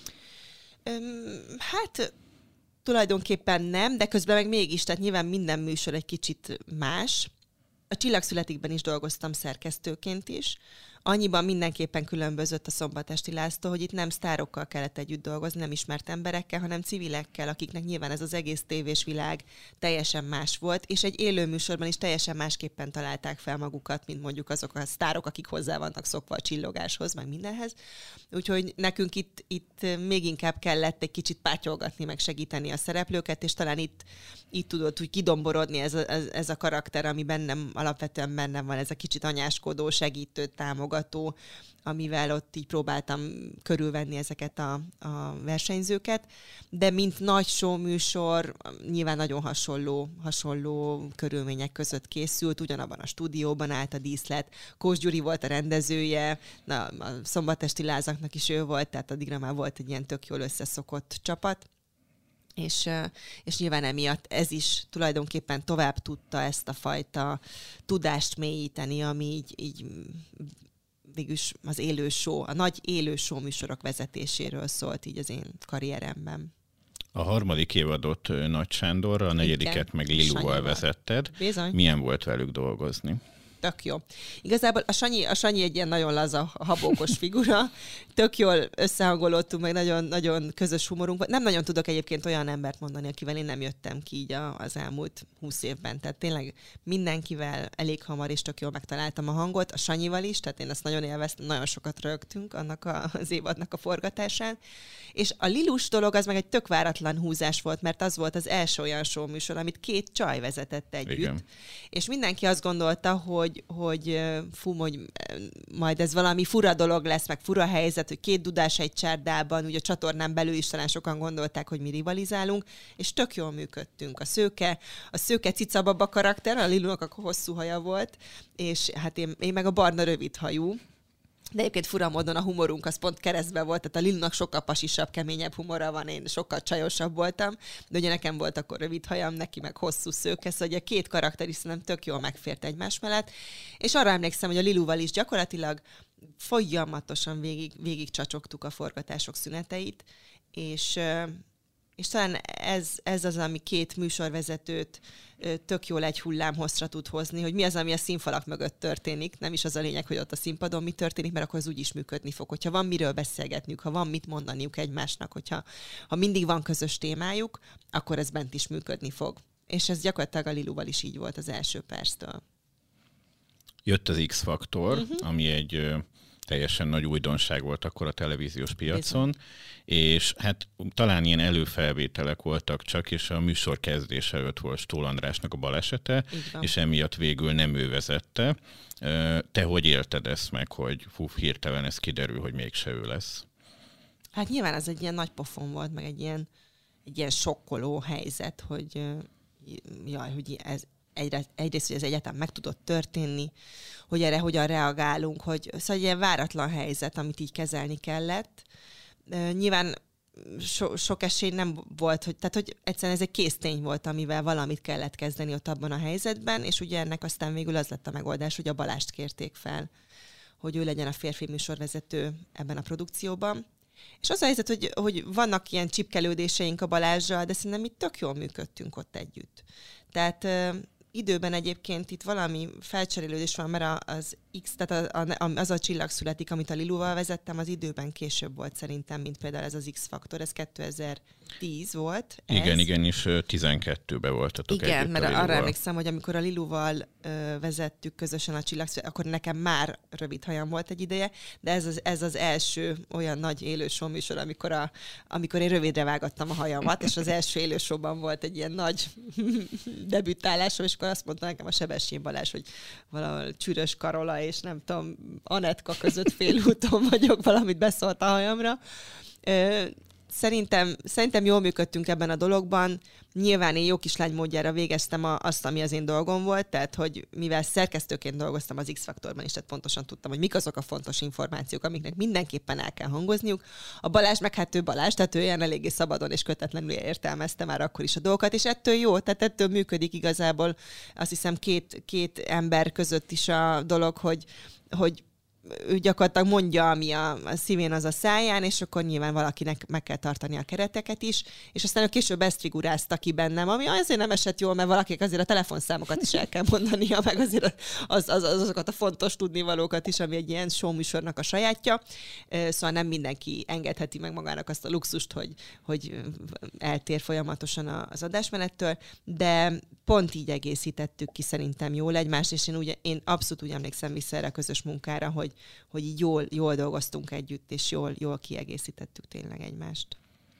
Hát tulajdonképpen nem, de közben meg mégis, tehát nyilván minden műsor egy kicsit más. A Csillagszületikben is dolgoztam szerkesztőként is, Annyiban mindenképpen különbözött a Szombatesti László, hogy itt nem sztárokkal kellett együtt dolgozni, nem ismert emberekkel, hanem civilekkel, akiknek nyilván ez az egész tévés világ teljesen más volt, és egy élő műsorban is teljesen másképpen találták fel magukat, mint mondjuk azok a sztárok, akik hozzá vannak szokva a csillogáshoz, meg mindenhez. Úgyhogy nekünk itt még inkább kellett egy kicsit pátyolgatni, meg segíteni a szereplőket, és talán itt tudott úgy kidomborodni ez a karakter, ami alapvetően bennem van, ez a kicsit anyáskodó, segítő, támogató, amivel ott így próbáltam körülvenni ezeket a versenyzőket, de mint nagy show műsor, nyilván nagyon hasonló körülmények között készült, ugyanabban a stúdióban állt a díszlet, Kós Gyuri volt a rendezője, a Szombatesti Lázaknak is ő volt, tehát addigra már volt egy ilyen tök jól összeszokott csapat, és nyilván emiatt ez is tulajdonképpen tovább tudta ezt a fajta tudást mélyíteni, ami így végülis az élő show, a nagy élő show műsorok vezetéséről szólt így az én karrieremben. A harmadik évadot Nagy Sándorral, a negyediket meg Lilúval vezetted. Bizony. Milyen volt velük dolgozni? Tök jó. Igazából a Sanyi egy ilyen nagyon laza, habókos figura. Tök jól összehangolódtunk, meg nagyon, nagyon közös humorunk volt. Nem nagyon tudok egyébként olyan embert mondani, akivel én nem jöttem ki így az elmúlt 20 évben. Tehát tényleg mindenkivel elég hamar és tök jól megtaláltam a hangot. A Sanyival is, tehát én ezt nagyon élveztem, nagyon sokat rögtünk annak az évadnak a forgatásán. És a Lilus dolog az meg egy tök váratlan húzás volt, mert az volt az első olyan show műsor, amit 2 csaj vezetett együtt. Igen. És mindenki azt gondolta, hogy majd ez valami fura dolog lesz, meg fura helyzet, hogy 2 dudás egy csárdában, ugye a csatornán belül is talán sokan gondolták, hogy mi rivalizálunk, és tök jól működtünk. A szőke cicababa karakter, a Lilunak a hosszú haja volt, és hát én meg a barna rövid hajú. De egyébként fura módon a humorunk az pont keresztben volt, tehát a Lilunak sokkal pasisabb, keményebb humora van, én sokkal csajosabb voltam, de ugye nekem volt akkor rövid hajam, neki meg hosszú szőke, szóval ugye 2 karakter is szerintem tök jól megfért egymás mellett, és arra emlékszem, hogy a Liluval is gyakorlatilag folyamatosan végig csacsogtuk a forgatások szüneteit, és talán ez az, ami 2 műsorvezetőt tök jól egy hullámhosszra tud hozni, hogy mi az, ami a színfalak mögött történik. Nem is az a lényeg, hogy ott a színpadon mi történik, mert akkor az úgy is működni fog. Hogyha van miről beszélgetniük, ha van mit mondaniuk egymásnak, ha mindig van közös témájuk, akkor ez bent is működni fog. És ez gyakorlatilag a Liluval is így volt az első perctől. Jött az X-faktor, ami egy teljesen nagy újdonság volt akkor a televíziós piacon, és hát talán ilyen előfelvételek voltak csak, és a műsor kezdése előtt volt Stól Andrásnak a balesete, és emiatt végül nem ő vezette. Te hogy élted ezt meg, hogy hirtelen ez kiderül, hogy mégse ő lesz? Hát nyilván az egy ilyen nagy pofon volt, meg egy ilyen sokkoló helyzet, hogy egyrészt, hogy ez egyáltalán meg tudott történni, hogy erre hogyan reagálunk, szóval egy ilyen váratlan helyzet, amit így kezelni kellett. Nyilván sok esély nem volt, tehát hogy egyszerűen ez egy késztény volt, amivel valamit kellett kezdeni ott abban a helyzetben, és ugye ennek aztán végül az lett a megoldás, hogy a Balást kérték fel, hogy ő legyen a férfi műsorvezető ebben a produkcióban. És az a helyzet, hogy vannak ilyen csipkelődéseink a Balázsral, de szerintem mi tök jól működtünk ott együtt. Tehát időben egyébként itt valami felcserélődés van, mert tehát az a Csillag születik, amit a Lilúval vezettem, az időben később volt szerintem, mint például ez az X-faktor, ez 2010 volt. Igen, és 12-ben voltatok együtt. Igen, mert arra emlékszem, hogy amikor a Lilúval vezettük közösen a Csillag születik, akkor nekem már rövid hajam volt egy ideje, de ez az első olyan nagy élő show műsor, amikor én rövidre vágattam a hajamat, és az első élő showban volt egy ilyen nagy debütálásom, és akkor azt mondta nekem a Sebestyén Balázs, hogy valahol Csürös Karola és nem tudom, Anetka között félúton vagyok, valamit beszólt a hajamra. Szerintem jól működtünk ebben a dologban. Nyilván én jó kislány módjára végeztem azt, ami az én dolgom volt, tehát hogy mivel szerkesztőként dolgoztam az X-faktorban is, tehát pontosan tudtam, hogy mik azok a fontos információk, amiknek mindenképpen el kell hangozniuk. A Balázs meg hát ő Balázs, tehát ő ilyen eléggé szabadon és kötetlenül értelmezte már akkor is a dolgokat, és ettől jó, tehát ettől működik igazából azt hiszem két ember között is a dolog, hogy ő gyakorlatilag mondja, ami a szívén, az a száján, és akkor nyilván valakinek meg kell tartani a kereteket is, és aztán ő később ezt figurázta ki bennem, ami azért nem esett jól, mert valakinek azért a telefonszámokat is el kell mondania, meg azért azokat a fontos tudnivalókat is, ami egy ilyen showműsornak a sajátja. Szóval nem mindenki engedheti meg magának azt a luxust, hogy eltér folyamatosan az adásmenettől, de pont így egészítettük ki szerintem jól egymást, és én abszolút úgy emlékszem vissza erre a közös munkára, hogy így jól dolgoztunk együtt, és jól kiegészítettük tényleg egymást.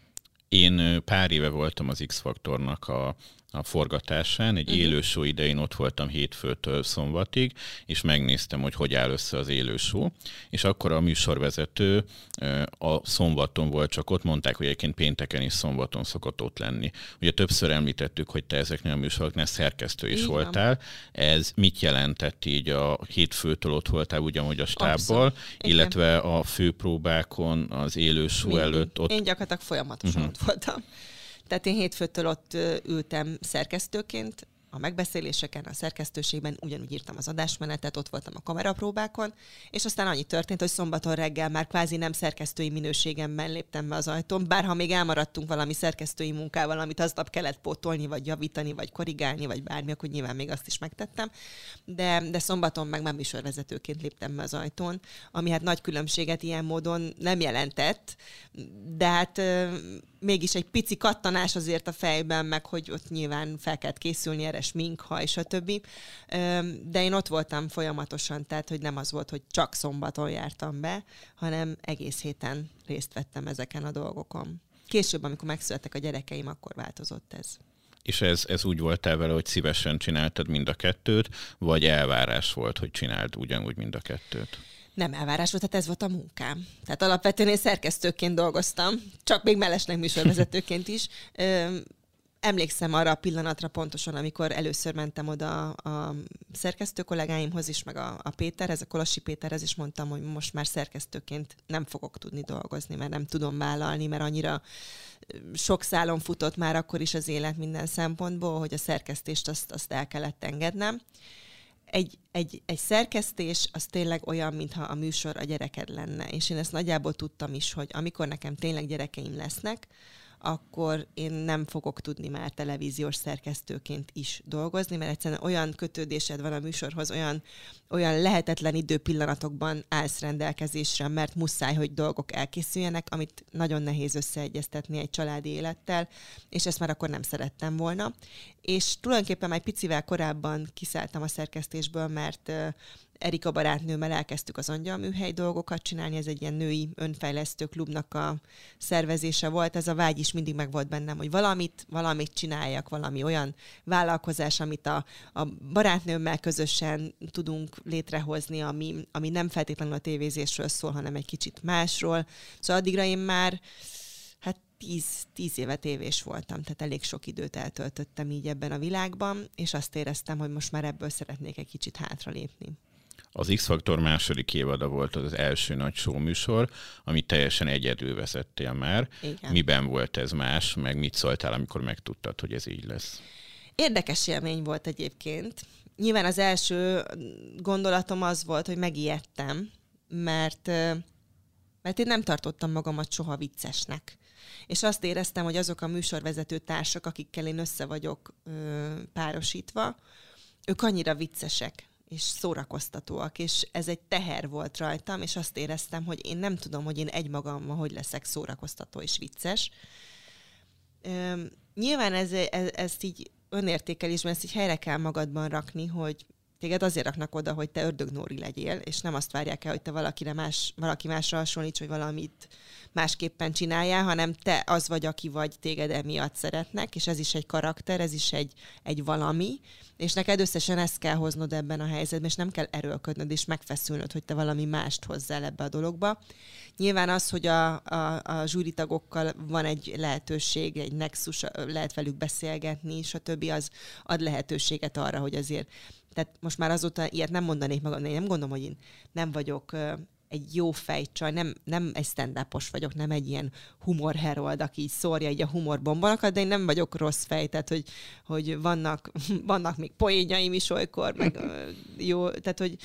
Én pár éve voltam az X-Faktornak a forgatásán, egy élő show idején ott voltam hétfőtől szombatig, és megnéztem, hogy áll össze az élő show, és akkor a műsorvezető a szombaton volt, csak ott mondták, hogy egyébként pénteken is szombaton szokott ott lenni. Ugye többször említettük, hogy te ezeknél a műsoroknál szerkesztő is voltál. Ez mit jelentett így a hétfőtől ott voltál ugyanúgy a stábbal, illetve a főpróbákon, az élő show előtt ott? Én gyakorlatilag folyamatosan ott voltam. Tehát én hétfőtől ott ültem szerkesztőként, a megbeszéléseken, a szerkesztőségben, ugyanúgy írtam az adásmenetet, ott voltam a kamerapróbákon, és aztán annyi történt, hogy szombaton reggel már kvázi nem szerkesztői minőségemben léptem be az ajtón, bárha még elmaradtunk valami szerkesztői munkával, amit aznap kellett pótolni, vagy javítani, vagy korrigálni, vagy bármi, akkor nyilván még azt is megtettem, de szombaton meg már műsorvezetőként léptem be az ajtón, ami hát nagy különbséget ilyen módon nem jelentett, de hát mégis egy pici kattanás azért a fejben, meg hogy ott nyilván fel kellett készülni erre, smink, haj, stb. De én ott voltam folyamatosan, tehát hogy nem az volt, hogy csak szombaton jártam be, hanem egész héten részt vettem ezeken a dolgokon. Később, amikor megszülettek a gyerekeim, akkor változott ez. És ez úgy voltál vele, hogy szívesen csináltad mind a kettőt, vagy elvárás volt, hogy csináld ugyanúgy mind a kettőt? Nem elvárás volt, tehát ez volt a munkám. Tehát alapvetően én szerkesztőként dolgoztam, csak még mellesleg műsorvezetőként is. Emlékszem arra a pillanatra pontosan, amikor először mentem oda a szerkesztő kollégáimhoz is, meg a Péterhez, a Kolossi Péterhez is mondtam, hogy most már szerkesztőként nem fogok tudni dolgozni, mert nem tudom vállalni, mert annyira sok szálon futott már akkor is az élet minden szempontból, hogy a szerkesztést azt el kellett engednem. Egy szerkesztés az tényleg olyan, mintha a műsor a gyereked lenne, és én ezt nagyjából tudtam is, hogy amikor nekem tényleg gyerekeim lesznek, akkor én nem fogok tudni már televíziós szerkesztőként is dolgozni, mert egyszerűen olyan kötődésed van a műsorhoz, olyan lehetetlen időpillanatokban állsz rendelkezésre, mert muszáj, hogy dolgok elkészüljenek, amit nagyon nehéz összeegyeztetni egy családi élettel, és ezt már akkor nem szerettem volna. És tulajdonképpen már egy picivel korábban kiszálltam a szerkesztésből, mert Erika barátnőmmel elkezdtük az Angyalműhely dolgokat csinálni, ez egy ilyen női önfejlesztő klubnak a szervezése volt, ez a vágy is mindig meg volt bennem, hogy valamit csináljak, valami olyan vállalkozás, amit a barátnőmmel közösen tudunk létrehozni, ami nem feltétlenül a tévézésről szól, hanem egy kicsit másról. Szóval addigra én már 10 éve tévés voltam, tehát elég sok időt eltöltöttem így ebben a világban, és azt éreztem, hogy most már ebből szeretnék egy kicsit hátralépni. Az X-Faktor második évada volt az első nagy show műsor, amit teljesen egyedül vezettél már. Igen. Miben volt ez más, meg mit szóltál, amikor megtudtad, hogy ez így lesz? Érdekes élmény volt egyébként. Nyilván az első gondolatom az volt, hogy megijedtem, mert én nem tartottam magamat soha viccesnek. És azt éreztem, hogy azok a műsorvezető társak, akikkel én össze vagyok párosítva, ők annyira viccesek és szórakoztatóak, és ez egy teher volt rajtam, és azt éreztem, hogy én nem tudom, hogy én egymagammal hogy leszek szórakoztató és vicces. Nyilván ezt így önértékelésben, ezt így helyre kell magadban rakni, hogy téged azért raknak oda, hogy te ördögnóri legyél, és nem azt várják el, hogy te valaki másra hasonlíts, hogy valamit másképpen csináljál, hanem te az vagy, aki vagy, téged emiatt szeretnek, és ez is egy karakter, ez is egy valami, és neked összesen ezt kell hoznod ebben a helyzetben, és nem kell erőlködnöd, és megfeszülnöd, hogy te valami mást hozzál ebbe a dologba. Nyilván az, hogy a zsűritagokkal van egy lehetőség, egy nexus, lehet velük beszélgetni, stb. Az ad lehetőséget arra, hogy azért, tehát most már azóta ilyet nem mondanék magam, én nem gondolom, hogy én nem vagyok egy jó fejcsaj, nem egy stand-upos vagyok, nem egy ilyen humor herold, aki így szórja így a humorbombonokat, de én nem vagyok rossz fej, tehát hogy vannak még poénjaim is olykor, meg jó, tehát hogy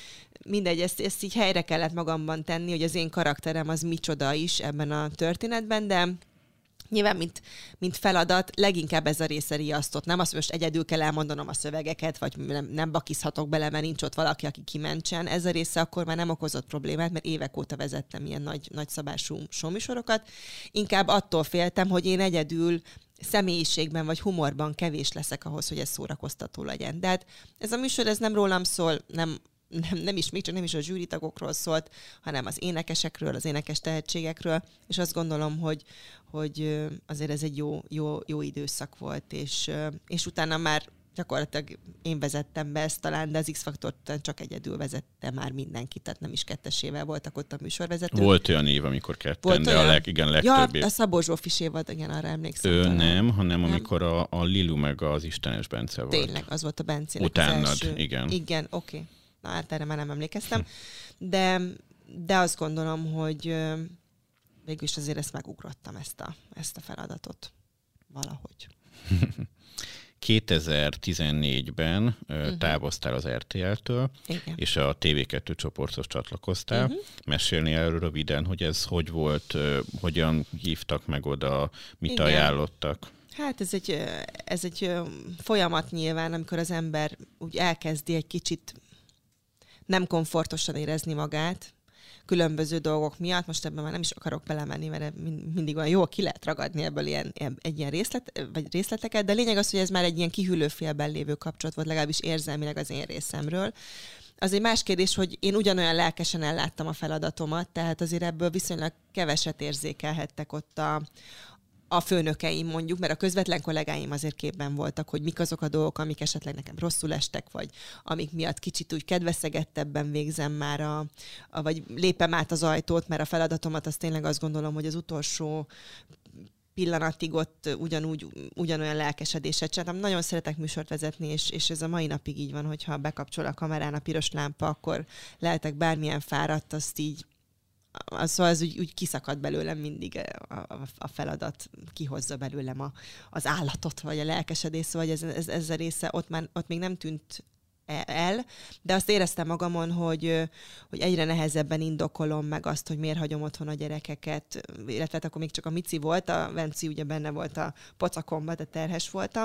mindegy, ezt így helyre kellett magamban tenni, hogy az én karakterem az micsoda is ebben a történetben, de nyilván, mint feladat, leginkább ez a része riasztott. Nem azt, hogy most egyedül kell elmondanom a szövegeket, vagy nem bakizhatok bele, mert nincs ott valaki, aki kimentsen. Ez a része akkor már nem okozott problémát, mert évek óta vezettem ilyen nagyszabású showműsorokat. Inkább attól féltem, hogy én egyedül személyiségben vagy humorban kevés leszek ahhoz, hogy ez szórakoztató legyen. De hát ez a műsor, ez nem rólam szól, nem is, még csak nem is a zsűritagokról szólt, hanem az énekesekről, az énekes tehetségekről, és azt gondolom, hogy azért ez egy jó időszak volt, és utána már gyakorlatilag én vezettem be ezt talán, de az X-Faktort csak egyedül vezette már mindenki, tehát nem is kettesével voltak ott a műsorvezetők. Volt olyan év, amikor ketten, de legtöbb év. A Szabó Zsófisé volt, igen, arra emlékszem. Nem, amikor a Lilu meg az Istenes Bence volt. Tényleg, az volt a Bencének utánad, az első. Igen. Igen, oké. Na, hát erre már nem emlékeztem. De azt gondolom, hogy végülis azért ezt megugrottam, ezt a feladatot valahogy. 2014-ben távoztál az RTL-től, igen. és a TV2 csoporthoz csatlakoztál. Mesélni erről röviden, hogy ez hogy volt, hogyan hívtak meg oda, mit igen. ajánlottak? Hát ez egy folyamat nyilván, amikor az ember úgy elkezdi egy kicsit nem komfortosan érezni magát, különböző dolgok miatt, most ebben már nem is akarok belemenni, mert mindig olyan jó, ki lehet ragadni ebből egy ilyen részleteket, de lényeg az, hogy ez már egy ilyen kihűlőfélben lévő kapcsolat volt, legalábbis érzelmileg az én részemről. Az egy más kérdés, hogy én ugyanolyan lelkesen elláttam a feladatomat, tehát azért ebből viszonylag keveset érzékelhettek ott a főnökeim mondjuk, mert a közvetlen kollégáim azért képben voltak, hogy mik azok a dolgok, amik esetleg nekem rosszul estek, vagy amik miatt kicsit úgy kedveszegettebben végzem már, vagy lépem át az ajtót, mert a feladatomat azt tényleg azt gondolom, hogy az utolsó pillanatig ott ugyanolyan lelkesedéssel csináltam. Nagyon szeretek műsort vezetni, és ez a mai napig így van, hogyha bekapcsol a kamerán a piros lámpa, akkor lehetek bármilyen fáradt, azt így szóval ez úgy kiszakad belőlem mindig a feladat, kihozza belőlem az állatot, vagy a lelkesedés, szóval ez a része ott még nem tűnt el, de azt éreztem magamon, hogy egyre nehezebben indokolom meg azt, hogy miért hagyom otthon a gyerekeket, illetve akkor még csak a Mici volt, a Venci ugye benne volt a pocakomba, de terhes voltam.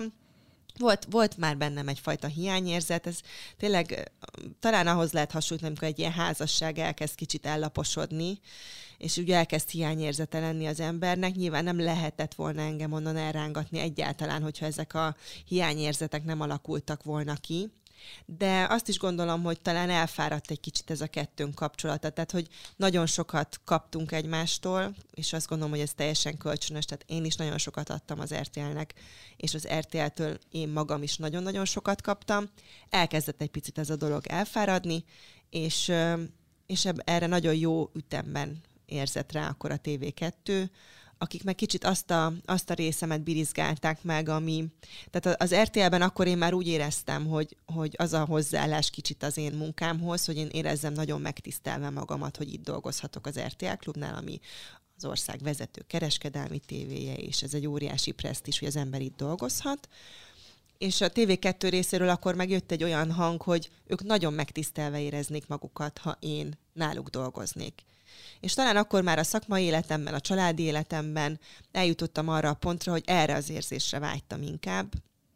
Volt már bennem egyfajta hiányérzet, ez tényleg talán ahhoz lehet hasonlítani, amikor egy ilyen házasság elkezd kicsit ellaposodni, és ugye elkezd hiányérzete lenni az embernek. Nyilván nem lehetett volna engem onnan elrángatni egyáltalán, hogyha ezek a hiányérzetek nem alakultak volna ki. De azt is gondolom, hogy talán elfáradt egy kicsit ez a kettőnk kapcsolata, tehát hogy nagyon sokat kaptunk egymástól, és azt gondolom, hogy ez teljesen kölcsönös, tehát én is nagyon sokat adtam az RTL-nek, és az RTL-től én magam is nagyon-nagyon sokat kaptam. Elkezdett egy picit ez a dolog elfáradni, és erre nagyon jó ütemben érzett rá akkor a TV2, akik meg kicsit azt a részemet birizgálták meg, tehát az RTL-ben akkor én már úgy éreztem, hogy az a hozzáállás kicsit az én munkámhoz, hogy én érezzem nagyon megtisztelve magamat, hogy itt dolgozhatok az RTL Klubnál, ami az ország vezető kereskedelmi tévéje, és ez egy óriási presztízs, hogy az ember itt dolgozhat. És a TV2 részéről akkor megjött egy olyan hang, hogy ők nagyon megtisztelve éreznék magukat, ha én náluk dolgoznék. És talán akkor már a szakmai életemben, a családi életemben eljutottam arra a pontra, hogy erre az érzésre vágytam inkább.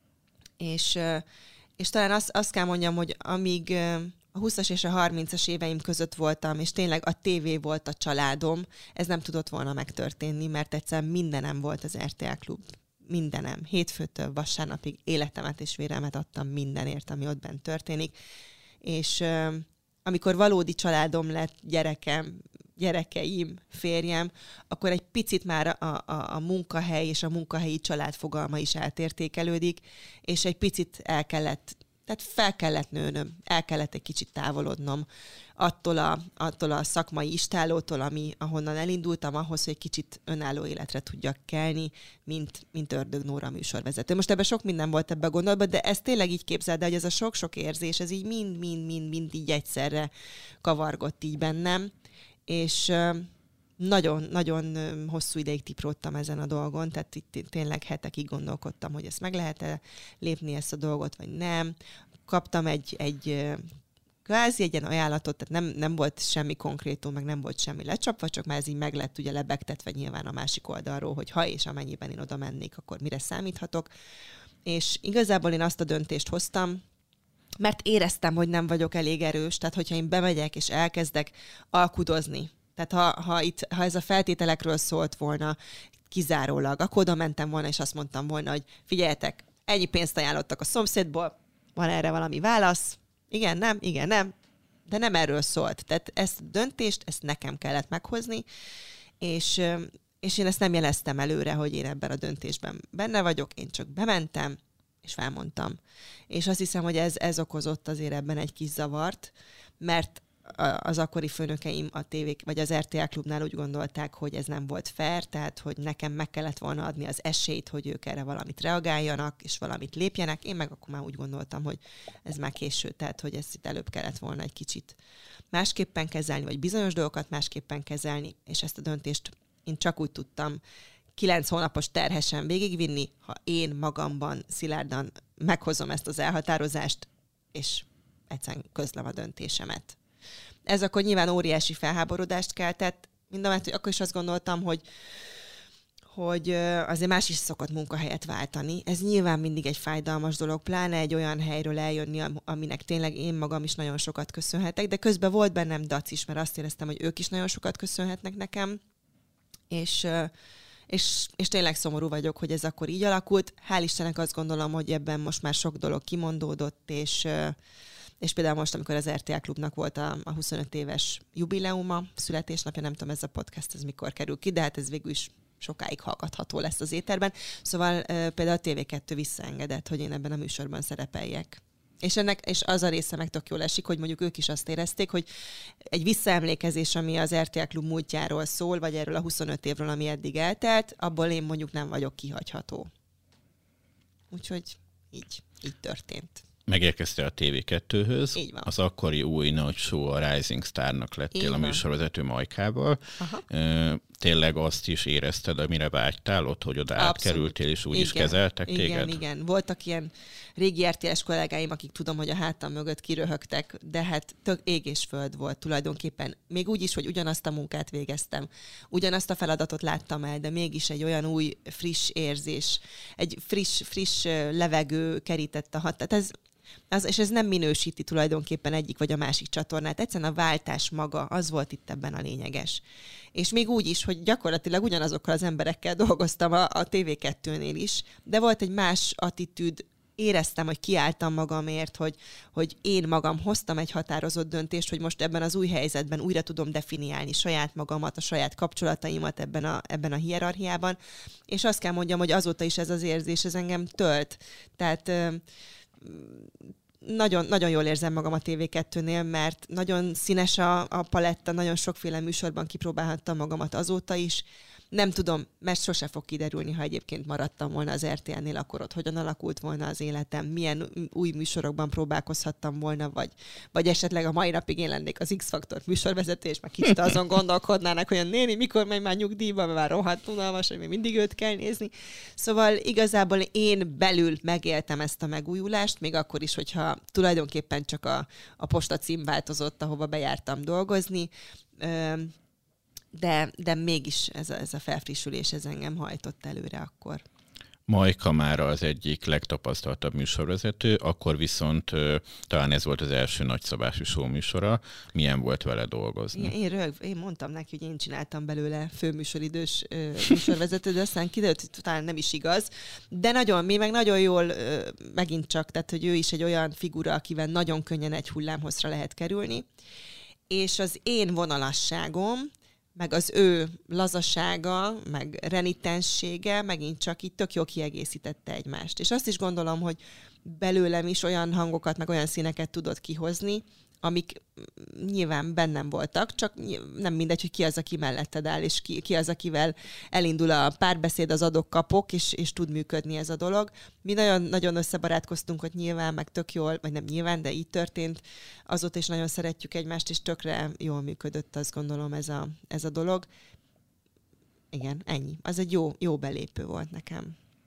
És talán azt kell mondjam, hogy amíg a 20-as és a 30-as éveim között voltam, és tényleg a tévé volt a családom, ez nem tudott volna megtörténni, mert egyszerűen mindenem volt az RTL Klub. Mindenem. Hétfőtől vasárnapig életemet és véremet adtam mindenért, ami ott bent történik. És amikor valódi családom lett, gyerekeim, férjem, akkor egy picit már a munkahely és a munkahelyi család fogalma is eltértékelődik, és egy picit fel kellett nőnöm, el kellett egy kicsit távolodnom attól a szakmai istállótól, ahonnan elindultam, ahhoz, hogy egy kicsit önálló életre tudjak kelni, mint Ördög Nóra műsorvezető. Most ebben sok minden volt ebben a gondolatban, de ez tényleg így képzeld, hogy ez a sok-sok érzés, ez így mind így egyszerre kavargott így bennem, és nagyon hosszú ideig tipródtam ezen a dolgon, tehát itt tényleg hetekig gondolkodtam, hogy ezt meg lehet-e lépni ezt a dolgot, vagy nem. Kaptam egy kvázi egy ilyen ajánlatot, tehát nem volt semmi konkrétum, meg nem volt semmi lecsapva, csak már ez így meg lett ugye lebegtetve nyilván a másik oldalról, hogy ha és amennyiben én oda mennék, akkor mire számíthatok. És igazából én azt a döntést hoztam, mert éreztem, hogy nem vagyok elég erős, tehát hogyha én bemegyek és elkezdek alkudozni, tehát ha ez a feltételekről szólt volna kizárólag, akkor oda mentem volna, és azt mondtam volna, hogy figyeljetek, ennyi pénzt ajánlottak a szomszédból, van erre valami válasz? Igen, nem, de nem erről szólt. Tehát ezt a döntést, ezt nekem kellett meghozni, és én ezt nem jeleztem előre, hogy én ebben a döntésben benne vagyok, én csak bementem, és felmondtam. És azt hiszem, hogy ez okozott azért ebben egy kis zavart, mert az akkori főnökeim a tévék, vagy az RTL Klubnál úgy gondolták, hogy ez nem volt fair, tehát hogy nekem meg kellett volna adni az esélyt, hogy ők erre valamit reagáljanak, és valamit lépjenek. Én meg akkor már úgy gondoltam, hogy ez már késő, tehát hogy ezt itt előbb kellett volna egy kicsit másképpen kezelni, vagy bizonyos dolgokat másképpen kezelni, és ezt a döntést én csak úgy tudtam 9 hónapos terhesen végigvinni, ha én magamban szilárdan meghozom ezt az elhatározást, és egyszerűen közlöm a döntésemet. Ez akkor nyilván óriási felháborodást keltett, mindamellett, hogy akkor is azt gondoltam, hogy azért más is szokott munkahelyet váltani. Ez nyilván mindig egy fájdalmas dolog, pláne egy olyan helyről eljönni, aminek tényleg én magam is nagyon sokat köszönhetek, de közben volt bennem dac is, mert azt éreztem, hogy ők is nagyon sokat köszönhetnek nekem, és tényleg szomorú vagyok, hogy ez akkor így alakult. Hál' Istennek azt gondolom, hogy ebben most már sok dolog kimondódott, és például most, amikor az RTL Klubnak volt a 25 éves jubileuma, születésnapja, nem tudom, ez a podcast, ez mikor kerül ki, de hát ez végül is sokáig hallgatható lesz az éterben. Szóval például a TV2 visszaengedett, hogy én ebben a műsorban szerepeljek. És az a része meg tök jól esik, hogy mondjuk ők is azt érezték, hogy egy visszaemlékezés, ami az RTL Klub múltjáról szól, vagy erről a 25 évről, ami eddig eltelt, abból én mondjuk nem vagyok kihagyható. Úgyhogy így történt. Megérkeztél a TV2-höz. Így van. Az akkori új nagy show, a Rising Starnak lettél a műsorvezető Majkával. Tényleg azt is érezted, amire vágytál ott, hogy oda átkerültél, és úgy is kezeltek téged? Igen. Voltak ilyen régi RTL-s kollégáim, akik tudom, hogy a hátam mögött kiröhögtek, de hát tök ég és föld volt tulajdonképpen. Még úgy is, hogy ugyanazt a munkát végeztem, ugyanazt a feladatot láttam el, de mégis egy olyan új, friss érzés, egy friss levegő kerített a tehát és ez nem minősíti tulajdonképpen egyik vagy a másik csatornát. Egyszerűen a váltás maga, az volt itt ebben a lényeges. És még úgy is, hogy gyakorlatilag ugyanazokkal az emberekkel dolgoztam a TV2-nél is, de volt egy más attitűd, éreztem, hogy kiálltam magamért, hogy én magam hoztam egy határozott döntést, hogy most ebben az új helyzetben újra tudom definiálni saját magamat, a saját kapcsolataimat ebben a hierarchiában, és azt kell mondjam, hogy azóta is ez az érzés, ez engem tölt. Tehát nagyon, nagyon jól érzem magam a TV2-nél, mert nagyon színes a paletta, nagyon sokféle műsorban kipróbálhattam magamat azóta is. Nem tudom, mert sose fog kiderülni, ha egyébként maradtam volna az RTL-nél, akkor ott hogyan alakult volna az életem, milyen új műsorokban próbálkozhattam volna, vagy esetleg a mai napig én lennék az X-Faktor műsorvezető, és már kicsit azon gondolkodnának, hogy a néni mikor megy már nyugdíjba, mert már rohadt unalmas, hogy még mindig őt kell nézni. Szóval igazából én belül megéltem ezt a megújulást, még akkor is, hogyha tulajdonképpen csak a postacím változott, ahova bejártam dolgozni, de mégis ez a felfrissülés, ez engem hajtott előre akkor. Majka már az egyik legtapasztaltabb műsorvezető, akkor viszont talán ez volt az első nagyszabású show műsora. Milyen volt vele dolgozni? Én mondtam neki, hogy én csináltam belőle főműsoridős műsorvezető, de aztán kiderült, hogy talán nem is igaz. De mi meg nagyon jól megint csak, tehát hogy ő is egy olyan figura, akivel nagyon könnyen egy hullámhosszra lehet kerülni. És az én vonalasságom, meg az ő lazasága, meg renitenssége megint csak így tök jól kiegészítette egymást. És azt is gondolom, hogy belőlem is olyan hangokat, meg olyan színeket tudott kihozni, amik nyilván bennem voltak, csak nem mindegy, hogy ki az, aki melletted áll, és ki az, akivel elindul a párbeszéd, az adok-kapok, és tud működni ez a dolog. Mi nagyon összebarátkoztunk, hogy nyilván, meg tök jól, vagy nem nyilván, de így történt. Azóta is nagyon szeretjük egymást, és tökre jól működött, azt gondolom ez a dolog. Igen, ennyi. Az egy jó belépő volt nekem.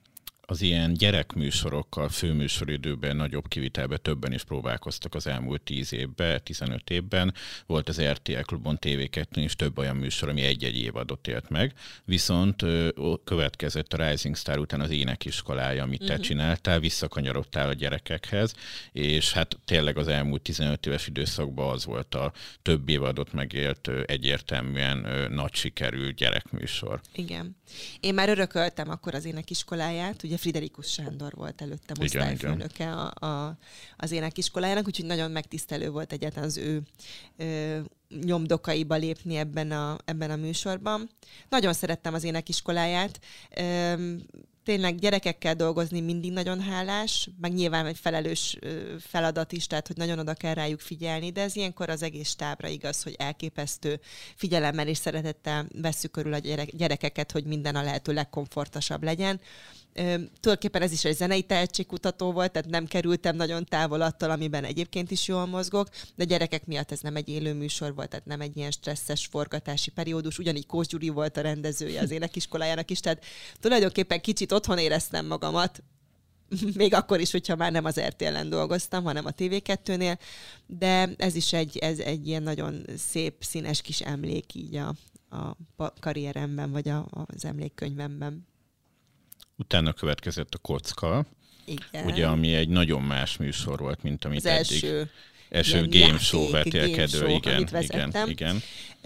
az ilyen gyerekműsorokkal főműsoridőben, nagyobb kivitelben többen is próbálkoztak az elmúlt 10 évben, 15 évben. Volt az RTL Klubon, TV2-n is több olyan műsor, ami egy-egy évadot élt meg. Viszont következett a Rising Star után az énekiskolája, amit te csináltál, visszakanyarodtál a gyerekekhez, és hát tényleg az elmúlt 15 éves időszakban az volt a több évadot megélt, egyértelműen nagy sikerű gyerekműsor. Igen. Én már örököltem akkor az énekiskoláját, ugye Friderikus Sándor volt előttem osztályfőnöke az énekiskolájának, úgyhogy nagyon megtisztelő volt egyáltalán az ő nyomdokaiba lépni ebben a műsorban. Nagyon szerettem az énekiskoláját. Tényleg gyerekekkel dolgozni mindig nagyon hálás, meg nyilván egy felelős feladat is, tehát hogy nagyon oda kell rájuk figyelni, de ez ilyenkor az egész stábra igaz, hogy elképesztő figyelemmel és szeretettel vesszük körül a gyerekeket, hogy minden a lehető legkomfortosabb legyen. Tulajdonképpen ez is egy zenei tehetségkutató volt, tehát nem kerültem nagyon távol attól, amiben egyébként is jól mozgok, de gyerekek miatt ez nem egy élő műsor volt, tehát nem egy ilyen stresszes forgatási periódus, ugyanígy Kós Gyuri volt a rendezője az énekiskolájának is, tehát tulajdonképpen kicsit otthon éreztem magamat, még akkor is, hogyha már nem az RTL-en dolgoztam, hanem a TV2-nél, de ez is egy ilyen nagyon szép, színes kis emlék így a karrieremben, vagy az emlékkönyvemben. Utána következett a Kocka, igen. Ugye, ami egy nagyon más műsor volt, mint amit az első game show vetélkedő. Igen.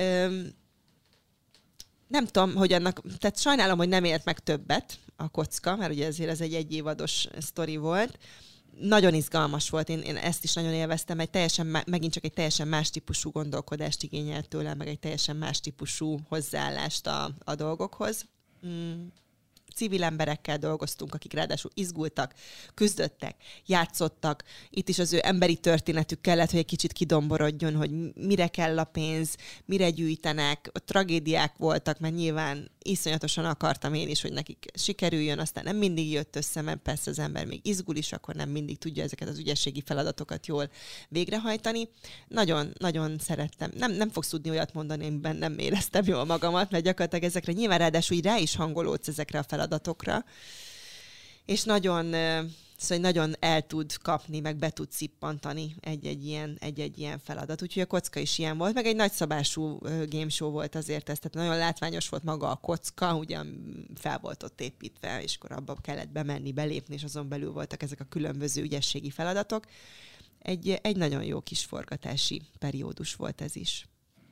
Nem tudom, hogy tehát sajnálom, hogy nem ért meg többet a Kocka, mert ugye ezért ez egy egyévados sztori volt. Nagyon izgalmas volt, én ezt is nagyon élveztem, megint csak egy teljesen más típusú gondolkodást igényelt tőlem, meg egy teljesen más típusú hozzáállást a dolgokhoz. Civil emberekkel dolgoztunk, akik ráadásul izgultak, küzdöttek, játszottak. Itt is az ő emberi történetük kellett, hogy egy kicsit kidomborodjon, hogy mire kell a pénz, mire gyűjtenek. A tragédiák voltak, mert nyilván iszonyatosan akartam én is, hogy nekik sikerüljön, aztán nem mindig jött össze, mert persze az ember még izgul is, akkor nem mindig tudja ezeket az ügyességi feladatokat jól végrehajtani. Nagyon, nagyon szerettem. Nem fogsz tudni olyat mondani, amiben nem éreztem jól magamat, mert gyakorlatilag ezekre nyilván ráadásul így rá is hangolódsz ezekre a feladatokra, és nagyon el tud kapni, meg be tud szippantani egy-egy ilyen feladat. Úgyhogy a Kocka is ilyen volt, meg egy nagyszabású game show volt azért ez, tehát nagyon látványos volt maga a Kocka, ugye fel volt ott építve, és akkor abba kellett bemenni, belépni, és azon belül voltak ezek a különböző ügyességi feladatok. Egy nagyon jó kis forgatási periódus volt ez is.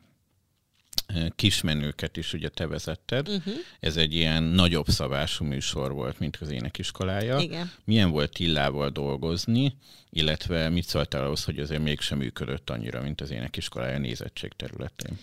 Kismenőket is ugye te vezetted. Ez egy ilyen nagyobb szabású műsor volt, mint az énekiskolája. Igen. Milyen volt Tillával dolgozni, illetve mit szóltál ahhoz, hogy azért mégsem működött annyira, mint az énekiskolája nézettség területén?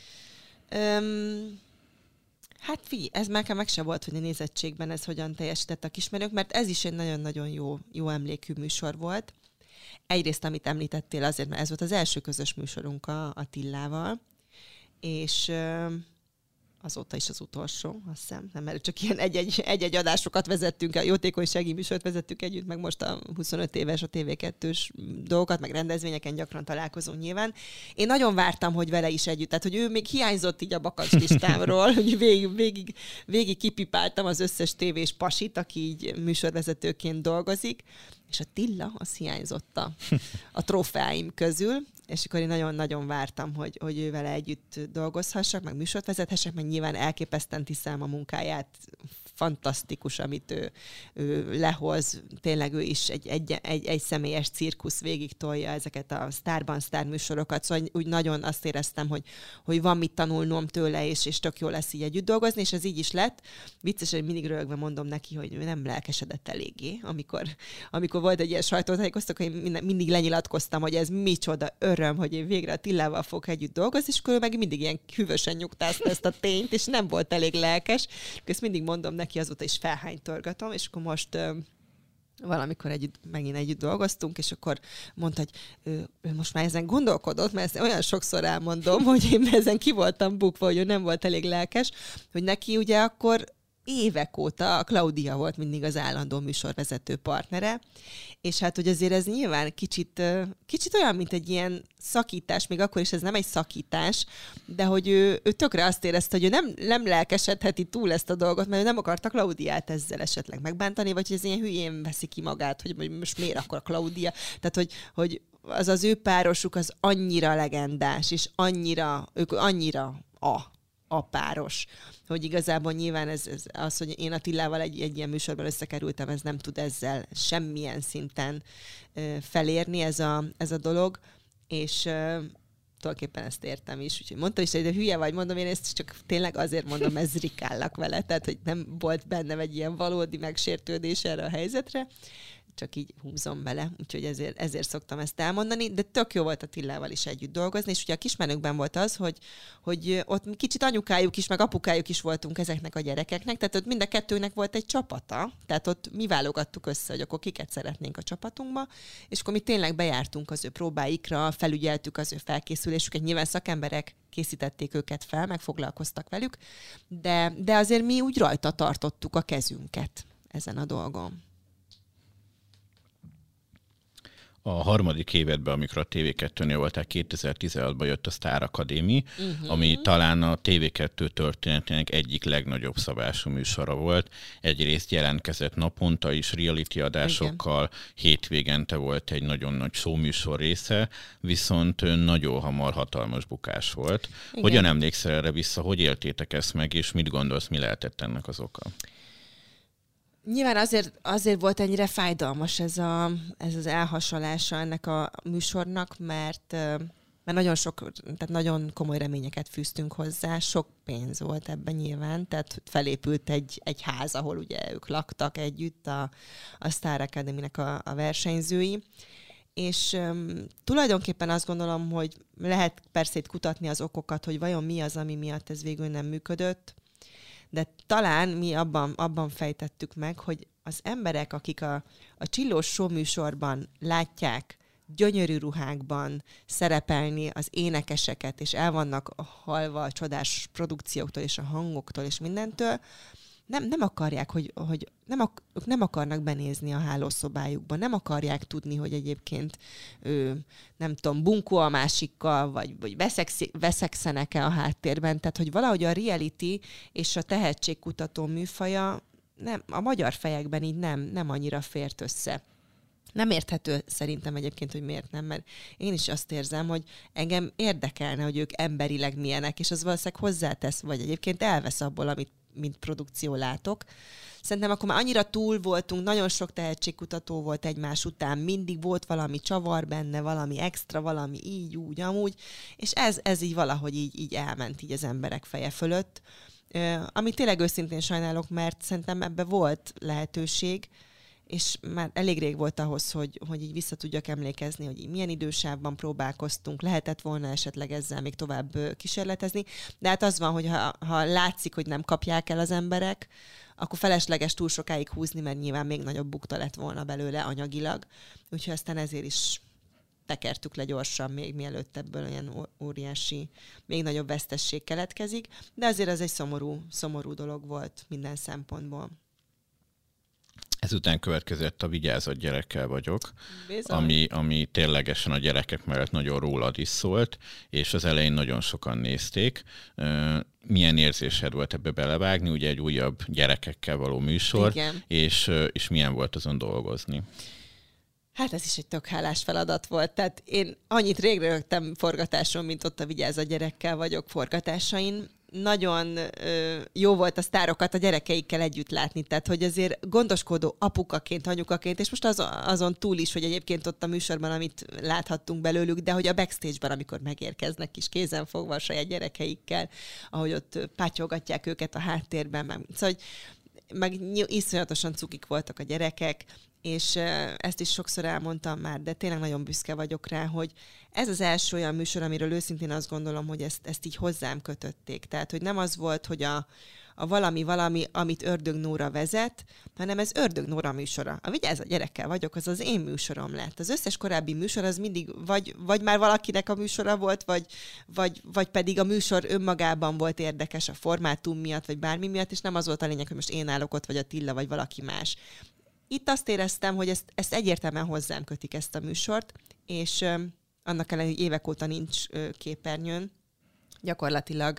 Hát figyelj, ez már meg se volt, hogy a nézettségben ez hogyan teljesített a Kismenők, mert ez is egy nagyon-nagyon jó emlékű műsor volt. Egyrészt, amit említettél azért, mert ez volt az első közös műsorunk a Tillával, és azóta is az utolsó, azt hiszem, nem, mert csak ilyen egy-egy adásokat vezettünk, a jótékonysági műsort vezettük együtt, meg most a 25 éves a TV2-s dolgokat, meg rendezvényeken gyakran találkozunk nyilván. Én nagyon vártam, hogy vele is együtt, tehát hogy ő még hiányzott így a bakancslistámról, hogy végig kipipáltam az összes tévés pasit, aki így műsorvezetőként dolgozik, és a Tilla, az hiányzott a trófeáim közül, és akkor én nagyon-nagyon vártam, hogy ő vele együtt dolgozhassak, meg műsort vezethessek, meg nyilván elképesztően tisztelem a munkáját, fantasztikus, amit ő lehoz. Tényleg ő is egy személyes cirkusz végig tolja ezeket a sztárban sztár műsorokat, szóval úgy nagyon azt éreztem, hogy van mit tanulnom tőle, és tök jó lesz így együtt dolgozni, és ez így is lett. Vicces, hogy mindig röhögve mondom neki, hogy nem lelkesedett eléggé, amikor volt egy ilyen sajtótájékoztató, hogy én mindig lenyilatkoztam, hogy ez micsoda öröm, hogy én végre a Tillával fogok együtt dolgozni, és akkor meg mindig ilyen hűvösen nyugtázta ezt a tényt, és nem volt elég lelkes. Ezt mindig mondom neki, azóta is felhánytorgatom, és akkor most valamikor megint együtt dolgoztunk, és akkor mondta, hogy ő most már ezen gondolkodott, mert ezt olyan sokszor elmondom, hogy én ezen ki voltam bukva, hogy ő nem volt elég lelkes, hogy neki ugye akkor évek óta a Klaudia volt mindig az állandó műsorvezető partnere, és hát, hogy azért ez nyilván kicsit olyan, mint egy ilyen szakítás, még akkor is ez nem egy szakítás, de hogy ő tökre azt érezte, hogy ő nem lelkesedheti túl ezt a dolgot, mert ő nem akarta Klaudiát ezzel esetleg megbántani, vagy hogy ez ilyen hülyén veszi ki magát, hogy most miért akar Klaudia. Tehát, hogy az ő párosuk az annyira legendás, és ők annyira a páros, hogy igazából nyilván ez az, hogy én Attilával egy ilyen műsorban összekerültem, ez nem tud ezzel semmilyen szinten felérni ez a dolog, és tulajdonképpen ezt értem is. Úgyhogy mondtam is, hogy de hülye vagy, mondom, én ezt csak tényleg azért mondom, ez rikállak vele, tehát hogy nem volt bennem egy ilyen valódi megsértődés erre a helyzetre, csak így húzom bele, úgyhogy ezért szoktam ezt elmondani, de tök jó volt Attilával is együtt dolgozni, és ugye a Kismenőkben volt az, hogy ott kicsit anyukájuk is, meg apukájuk is voltunk ezeknek a gyerekeknek, tehát ott mind a kettőnek volt egy csapata, tehát ott mi válogattuk össze, hogy akkor kiket szeretnénk a csapatunkba, és akkor mi tényleg bejártunk az ő próbáikra, felügyeltük az ő felkészülésüket, nyilván szakemberek készítették őket fel, meg foglalkoztak velük, de azért mi úgy rajta tartottuk a kezünket ezen a dolgon. A harmadik évadban, amikor a TV2-nél voltál, 2016-ban jött a Sztár Akadémi, ami talán a TV2 történetének egyik legnagyobb szabású műsora volt. Egyrészt jelentkezett naponta is, reality adásokkal, hétvégente volt egy nagyon nagy showműsor része, viszont nagyon hamar hatalmas bukás volt. Igen. Hogyan emlékszel erre vissza, hogy éltétek ezt meg, és mit gondolsz, mi lehetett ennek az oka? Nyilván azért volt ennyire fájdalmas ez az elhasalása ennek a műsornak, mert tehát nagyon komoly reményeket fűztünk hozzá, sok pénz volt ebben nyilván, tehát felépült egy ház, ahol ugye ők laktak együtt, a Sztár Academy-nek a versenyzői, és tulajdonképpen azt gondolom, hogy lehet persze itt kutatni az okokat, hogy vajon mi az, ami miatt ez végül nem működött, de talán mi abban fejtettük meg, hogy az emberek, akik a Csillós show műsorban látják gyönyörű ruhákban szerepelni az énekeseket, és el vannak halva a csodás produkcióktól és a hangoktól és mindentől, nem akarják, hogy nem akarnak benézni a hálószobájukba, nem akarják tudni, hogy egyébként nem tudom, bunkó a másikkal, vagy veszekszenek-e a háttérben. Tehát, hogy valahogy a reality és a tehetségkutató műfaja a magyar fejekben így nem annyira fért össze. Nem érthető szerintem egyébként, hogy miért nem, mert én is azt érzem, hogy engem érdekelne, hogy ők emberileg milyenek, és az valószínűleg hozzátesz, vagy egyébként elvesz abból, amit mint produkció látok. Szerintem akkor már annyira túl voltunk, nagyon sok tehetségkutató volt egymás után, mindig volt valami csavar benne, valami extra, valami így, úgy, amúgy, és ez így valahogy így elment így az emberek feje fölött. Amit tényleg őszintén sajnálok, mert szerintem ebbe volt lehetőség, és már elég rég volt ahhoz, hogy így vissza tudjak emlékezni, hogy milyen idősávban próbálkoztunk, lehetett volna esetleg ezzel még tovább kísérletezni, de hát az van, hogy ha látszik, hogy nem kapják el az emberek, akkor felesleges túl sokáig húzni, mert nyilván még nagyobb bukta lett volna belőle anyagilag, úgyhogy aztán ezért is tekertük le gyorsan, még mielőtt ebből olyan óriási, még nagyobb vesztesség keletkezik, de azért ez egy szomorú dolog volt minden szempontból. Ezután következett a Vigyázat, gyerekkel vagyok, ami ténylegesen a gyerekek mellett nagyon rólad is szólt, és az elején nagyon sokan nézték. Milyen érzésed volt ebbe belevágni, ugye egy újabb gyerekekkel való műsor, és milyen volt azon dolgozni? Hát ez is egy tök hálás feladat volt. Tehát én annyit rég rögtem forgatáson, mint ott a Vigyázat, gyerekkel vagyok forgatásain. Nagyon jó volt a sztárokat a gyerekeikkel együtt látni, tehát hogy azért gondoskodó apukaként, anyukaként, és most azon túl is, hogy egyébként ott a műsorban, amit láthattunk belőlük, de hogy a backstage-ban, amikor megérkeznek kis kézen fogva a saját gyerekeikkel, ahogy ott pátyolgatják őket a háttérben, szóval, hogy meg iszonyatosan cukik voltak a gyerekek, és ezt is sokszor elmondtam már, de tényleg nagyon büszke vagyok rá, hogy ez az első olyan műsor, amiről őszintén azt gondolom, hogy ezt így hozzám kötötték. Tehát, hogy nem az volt, hogy a valami, amit Ördög Nóra vezet, hanem ez Ördög Nóra műsora. A Vigyázz a gyerekkel vagyok, az én műsorom lett. Az összes korábbi műsor az mindig vagy már valakinek a műsora volt, vagy pedig a műsor önmagában volt érdekes a formátum miatt, vagy bármi miatt, és nem az volt a lényeg, hogy most én állok ott, vagy Attila, vagy valaki más. Itt azt éreztem, hogy ezt egyértelműen hozzám kötik ezt a műsort, és annak ellenére, hogy évek óta nincs képernyőn, gyakorlatilag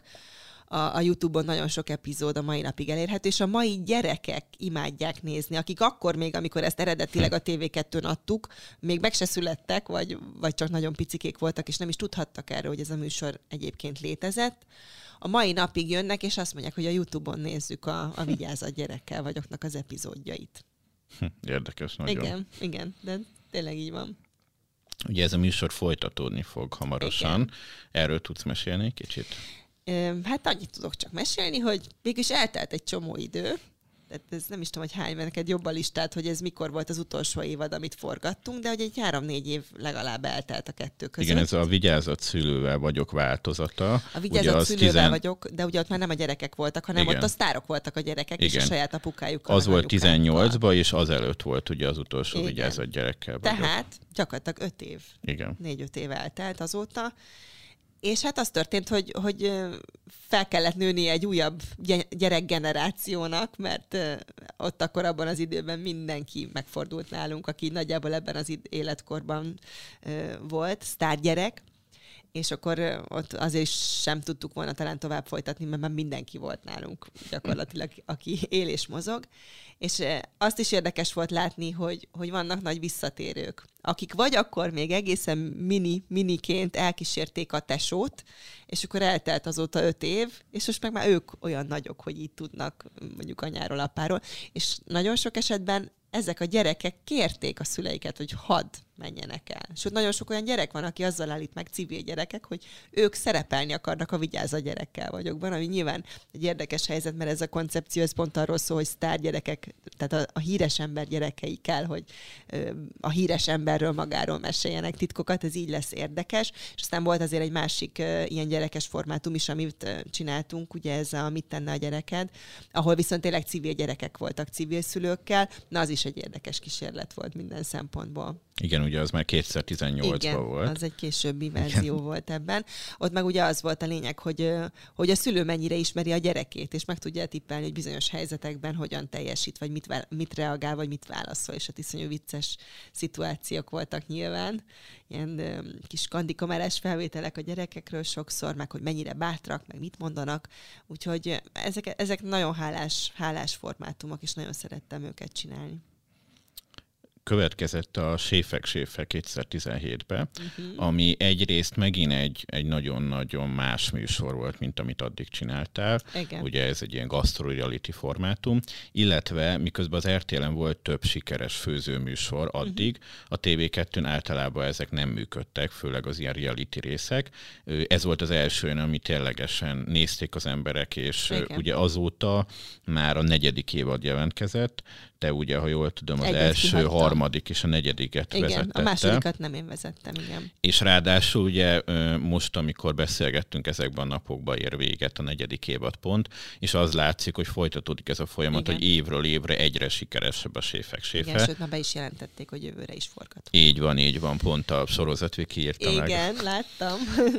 a YouTube-on nagyon sok epizód a mai napig elérhető, és a mai gyerekek imádják nézni, akik akkor még, amikor ezt eredetileg a TV2-n adtuk, még meg se születtek, vagy csak nagyon picikék voltak, és nem is tudhattak erről, hogy ez a műsor egyébként létezett. A mai napig jönnek, és azt mondják, hogy a YouTube-on nézzük a Vigyázz a gyerekkel vagyoknak az epizódjait. Érdekes nagyon. Igen, de tényleg így van. Ugye ez a műsor folytatódni fog hamarosan. Igen. Erről tudsz mesélni egy kicsit? Hát annyit tudok csak mesélni, hogy mégis eltelt egy csomó idő. Tehát ez nem is tudom, hogy hány, mert neked jobb a listát, hogy ez mikor volt az utolsó évad, amit forgattunk, de hogy egy 3-4 év legalább eltelt a kettő között. Igen, ez a Vigyázat szülővel vagyok változata. A Vigyázat szülővel vagyok, de ugye ott már nem a gyerekek voltak, hanem igen. Ott a sztárok voltak a gyerekek, igen. És a saját apukájukkal. Az volt 18-ban, és azelőtt volt ugye az utolsó igen. Vigyázat gyerekkel vagyok. Tehát gyakorlatilag 5 év. Igen. 4-5 év eltelt azóta. És hát az történt, hogy fel kellett nőni egy újabb gyerekgenerációnak, mert ott akkor abban az időben mindenki megfordult nálunk, aki nagyjából ebben az életkorban volt, sztárgyerek, és akkor ott azért sem tudtuk volna talán tovább folytatni, mert már mindenki volt nálunk gyakorlatilag, aki él és mozog. És azt is érdekes volt látni, hogy vannak nagy visszatérők, akik vagy akkor még egészen miniként elkísérték a tesót, és akkor eltelt azóta 5 év, és most meg már ők olyan nagyok, hogy így tudnak mondjuk anyáról, apáról. És nagyon sok esetben ezek a gyerekek kérték a szüleiket, hogy hadd menjenek el. Sőt, nagyon sok olyan gyerek van, aki azzal állít meg, civil gyerekek, hogy ők szerepelni akarnak a Vigyázz a gyerekkel vagyokban, ami nyilván egy érdekes helyzet, mert ez a koncepció, ez pont arról szól, hogy sztárgyerekek, tehát a híres ember gyerekei kell, hogy a híres emberről magáról meséljenek titkokat, ez így lesz érdekes. És aztán volt azért egy másik ilyen gyerekes formátum is, amit csináltunk, ugye ez a Mit tenne a gyereked, ahol viszont tényleg civil gyerekek voltak civil szülőkkel, na az is egy érdekes kísérlet volt minden szempontból. Igen, ugye az már 2018-ban volt. Az egy későbbi verzió volt ebben. Ott meg ugye az volt a lényeg, hogy a szülő mennyire ismeri a gyerekét, és meg tudja tippelni, hogy bizonyos helyzetekben hogyan teljesít, vagy mit reagál, vagy mit válaszol, és hát iszonyú vicces szituációk voltak nyilván. Ilyen kis kandikamerás felvételek a gyerekekről sokszor, meg hogy mennyire bátrak, meg mit mondanak. Úgyhogy ezek nagyon hálás formátumok, és nagyon szerettem őket csinálni. Következett a Séfek 2017-ben, ami egyrészt megint egy nagyon-nagyon más műsor volt, mint amit addig csináltál. Igen. Ugye ez egy ilyen gasztro-reality formátum, illetve miközben az RTL-en volt több sikeres főzőműsor addig, a TV2-n általában ezek nem működtek, főleg az ilyen reality részek. Ez volt az első olyan, ami ténylegesen nézték az emberek, és igen. Ugye azóta már a 4. évad jelentkezett, te ugye, ha jól tudom, az első, harmadik és a 4. vezettette. Igen, a másodikat nem én vezettem, igen. És ráadásul ugye most, amikor beszélgettünk, ezekben a napokban ér véget a 4. évad pont, és az látszik, hogy folytatódik ez a folyamat, igen. hogy évről évre egyre sikeresebb a Séfek. Igen, sőt, már be is jelentették, hogy jövőre is forgatunk. Így van, pont a Sorozatviki írta meg. Igen, láttam.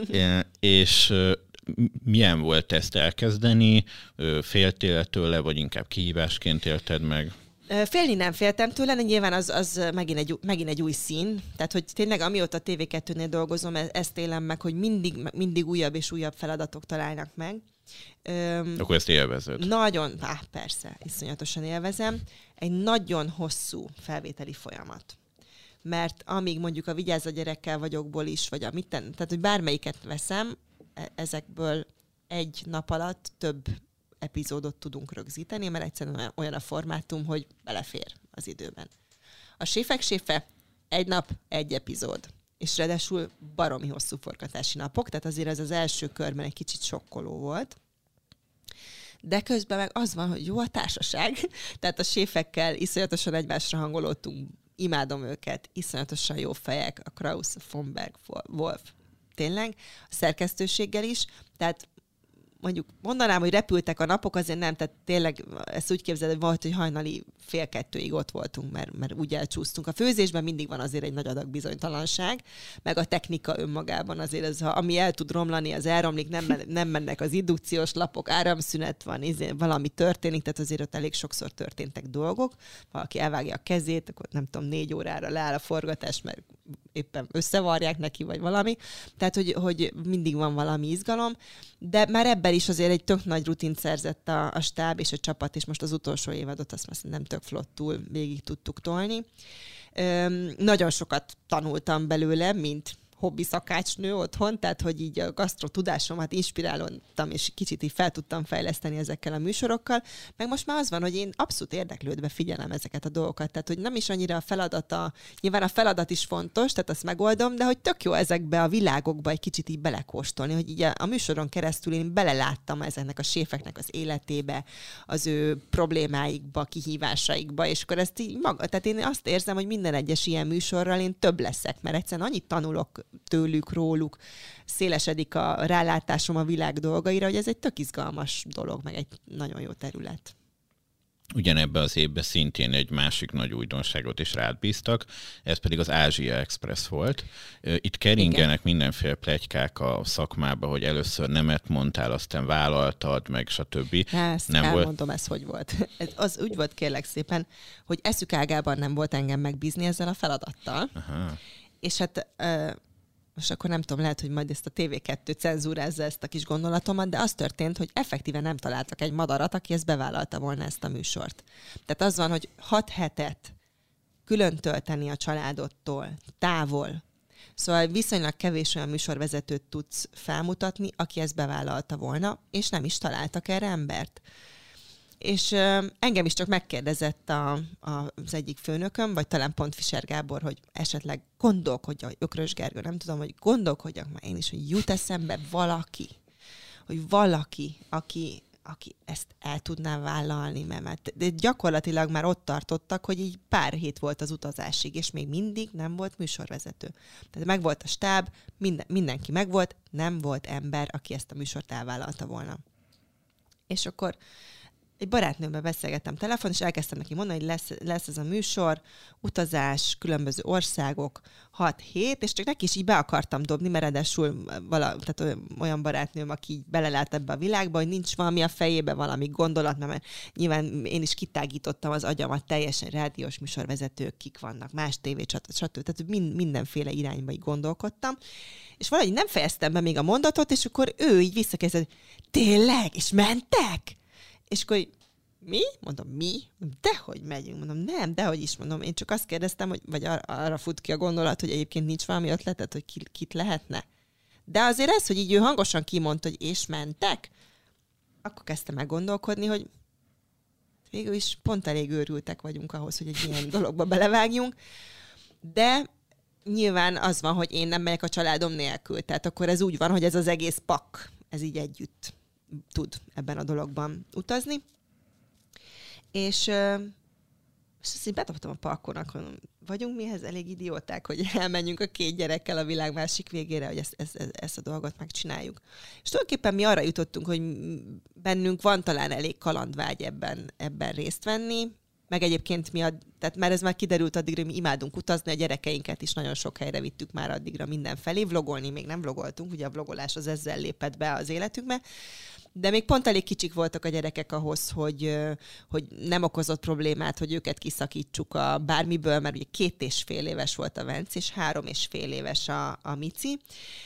És milyen volt ezt elkezdeni? Féltél tőle, vagy inkább kihívásként élted meg? Félni nem féltem tőle, de nyilván az megint egy új szín. Tehát, hogy tényleg amióta a TV2-nél dolgozom, ezt élem meg, hogy mindig újabb és újabb feladatok találnak meg. Akkor ezt élvezed? Nagyon, persze, iszonyatosan élvezem. Egy nagyon hosszú felvételi folyamat. Mert amíg mondjuk a Vigyázz a gyerekkel vagyokból is, vagy tehát, hogy bármelyiket veszem, ezekből egy nap alatt több epizódot tudunk rögzíteni, mert egyszerűen olyan a formátum, hogy belefér az időben. A Séfek egy nap, egy epizód. És ráadásul baromi hosszú forgatási napok, tehát azért ez az első körben egy kicsit sokkoló volt. de közben meg az van, hogy jó a társaság, tehát a séfekkel iszonyatosan egymásra hangolódtunk, imádom őket, iszonyatosan jó fejek, a Kraus, a Fomberg, Wolf, tényleg, a szerkesztőséggel is, tehát mondjuk mondanám, hogy repültek a napok, azért nem, tehát tényleg ezt úgy képzeld, hogy volt, hogy hajnali 1:30 ott voltunk, mert úgy elcsúsztunk. A főzésben mindig van azért egy nagy adag bizonytalanság, meg a technika önmagában azért, az, ami el tud romlani, az elromlik, nem mennek az indukciós lapok, áramszünet van, valami történik, tehát azért ott elég sokszor történtek dolgok. Valaki elvágja a kezét, akkor nem tudom, 4 órára leáll a forgatás, mert éppen összevarják neki, vagy valami. Tehát, hogy mindig van valami izgalom, de már ebben is azért egy tök nagy rutint szerzett a stáb és a csapat, és most az utolsó évadot azt nem tök flottul végig tudtuk tolni. Nagyon sokat tanultam belőle, mint hobbi szakácsnő otthon, tehát hogy így a gasztrotudásomat inspirálódtam, és kicsit így fel tudtam fejleszteni ezekkel a műsorokkal, meg most már az van, hogy én abszolút érdeklődve figyelem ezeket a dolgokat, tehát hogy nem is annyira a feladata, nyilván a feladat is fontos, tehát azt megoldom, de hogy tök jó ezekbe a világokba egy kicsit így belekóstolni, hogy így a műsoron keresztül én beleláttam ezeknek a séfeknek az életébe, az ő problémáikba, kihívásaikba, és akkor ezt így tehát én azt érzem, hogy minden egyes ilyen műsorral én több leszek, mert egyszerűen annyit tanulok tőlük, róluk, szélesedik a rálátásom a világ dolgaira, hogy ez egy tök izgalmas dolog, meg egy nagyon jó terület. Ugyanebben az évben szintén egy másik nagy újdonságot is rád bíztak, ez pedig az Ázsia Express volt. Itt keringenek mindenféle pletykák a szakmába, hogy először nemet mondtál, aztán vállaltad, meg stb. Ezt nem elmondom, ez hogy volt. Az úgy volt, kérlek szépen, hogy eszük ágában nem volt engem megbízni ezzel a feladattal. Aha. És hát most akkor nem tudom, lehet, hogy majd ezt a TV2 cenzúrázza ezt a kis gondolatomat, de az történt, hogy effektíven nem találtak egy madarat, aki ezt bevállalta volna ezt a műsort. Tehát az van, hogy 6 hetet külön tölteni a családodtól, távol. Szóval viszonylag kevés olyan műsorvezetőt tudsz felmutatni, aki ezt bevállalta volna, és nem is találtak erre embert. És engem is csak megkérdezett az egyik főnököm, vagy talán pont Fischer Gábor, hogy esetleg gondolkodja, vagy Ökrös Gergő, nem tudom, hogy gondolkodjak már én is, hogy jut eszembe valaki, aki ezt el tudná vállalni, mert de gyakorlatilag már ott tartottak, hogy így pár hét volt az utazásig, és még mindig nem volt műsorvezető. Tehát megvolt a stáb, mindenki megvolt, nem volt ember, aki ezt a műsort elvállalta volna. És akkor egy barátnőmmel beszélgettem telefon, és elkezdtem neki mondani, hogy lesz ez a műsor, utazás, különböző országok, 6-7, és csak neki is így be akartam dobni, mert ráadásul tehát olyan barátnőm, aki így belelát ebbe a világba, hogy nincs valami a fejébe, valami gondolat, mert nyilván én is kitágítottam az agyamat teljesen, rádiós műsorvezetők, kik vannak, más stb. Tehát mindenféle irányba így gondolkodtam, és valahogy nem fejeztem be még a mondatot, és akkor ő így visszakezdett, tényleg? És mentek? És akkor mi? Mondom, mi? Dehogy megyünk. Mondom, nem, dehogy is mondom. Én csak azt kérdeztem, hogy vagy arra fut ki a gondolat, hogy egyébként nincs valami ötletet, hogy kit lehetne. De azért ez, hogy így ő hangosan kimondta, hogy és mentek, akkor kezdtem meg gondolkodni, hogy végül is pont elég őrültek vagyunk ahhoz, hogy egy ilyen dologba belevágjunk. De nyilván az van, hogy én nem megyek a családom nélkül. Tehát akkor ez úgy van, hogy ez az egész pak, ez így együtt tud ebben a dologban utazni. És azt így bedobtam a parkonak, hogy vagyunk mihez elég idióták, hogy elmenjünk a 2 gyerekkel a világ másik végére, hogy ezt a dolgot megcsináljuk. És tulajdonképpen mi arra jutottunk, hogy bennünk van talán elég kalandvágy ebben részt venni, meg egyébként tehát már ez már kiderült addigra, hogy mi imádunk utazni, a gyerekeinket is nagyon sok helyre vittük már addigra mindenfelé. Vlogolni még nem vlogoltunk, ugye a vlogolás az ezzel lépett be az életünkbe, de még pont elég kicsik voltak a gyerekek ahhoz, hogy nem okozott problémát, hogy őket kiszakítsuk a bármiből, mert ugye 2,5 éves volt a Venci, és 3,5 éves a Mici.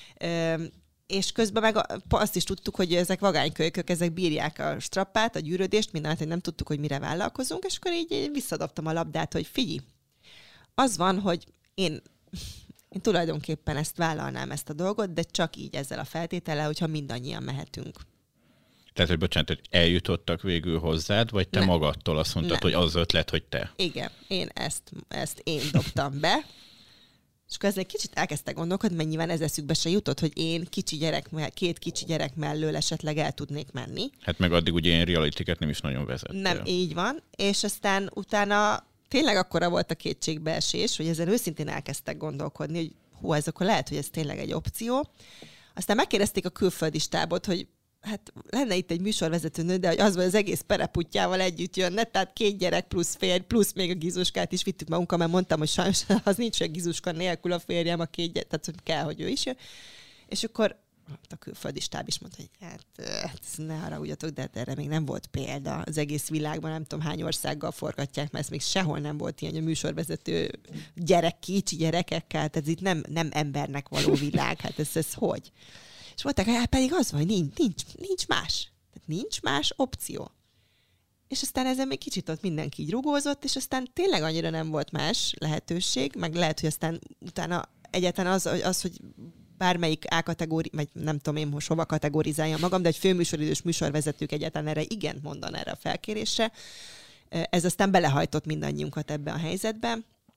És közben meg azt is tudtuk, hogy ezek vagánykölykök, ezek bírják a strappát, a gyűrődést, mindent, hogy nem tudtuk, hogy mire vállalkozunk, és akkor így visszadobtam a labdát, hogy figyelj, az van, hogy én tulajdonképpen ezt vállalnám, ezt a dolgot, de csak így ezzel a feltétellel, hogyha mindannyian mehetünk. Tehát, hogy bocsánat, hogy eljutottak végül hozzád, vagy te nem. Magadtól azt mondtad, hogy az ötlet, hogy te? Igen, én ezt én dobtam be, És akkor ezzel kicsit elkezdtek gondolkodni, mert nyilván ez eszükbe se jutott, hogy én két kicsi gyerek mellől esetleg el tudnék menni. Hát meg addig ugye ilyen realityket nem is nagyon vezettél. Nem, így van. És aztán utána tényleg akkora volt a kétségbeesés, hogy ezen őszintén elkezdtek gondolkodni, hogy ez akkor lehet, hogy ez tényleg egy opció. Aztán megkérdezték a külföldi stábot, hogy hát lenne itt egy műsorvezetőnő, de hogy az vagy az egész pereputjával együtt jönne, tehát 2 gyerek plusz férj, plusz még a Gizuskát is vittük magunkkal, mert mondtam, hogy sajnos az nincs, hogy a Gizuska nélkül a férjem, a 2 gyerek, tehát hogy kell, hogy ő is jön. És akkor a külföldi stáb is mondta, hogy hát ne haragudjatok, de erre még nem volt példa. Az egész világban nem tudom hány országgal forgatják, mert ez még sehol nem volt ilyen, hogy a műsorvezető kicsi gyerekekkel, tehát itt nem embernek való világ, hát ez hogy? És mondták, hogy hát pedig az van, nincs más. Tehát nincs más opció. És aztán ezen még kicsit ott mindenki így rugózott, és aztán tényleg annyira nem volt más lehetőség, meg lehet, hogy aztán utána egyáltalán az hogy bármelyik A-kategóri, vagy nem tudom én most hova kategorizáljam magam, de egy főműsoridős műsorvezetők egyáltalán erre igent mondan erre a felkérésre. Ez aztán belehajtott mindannyiunkat ebbe a helyzetbe.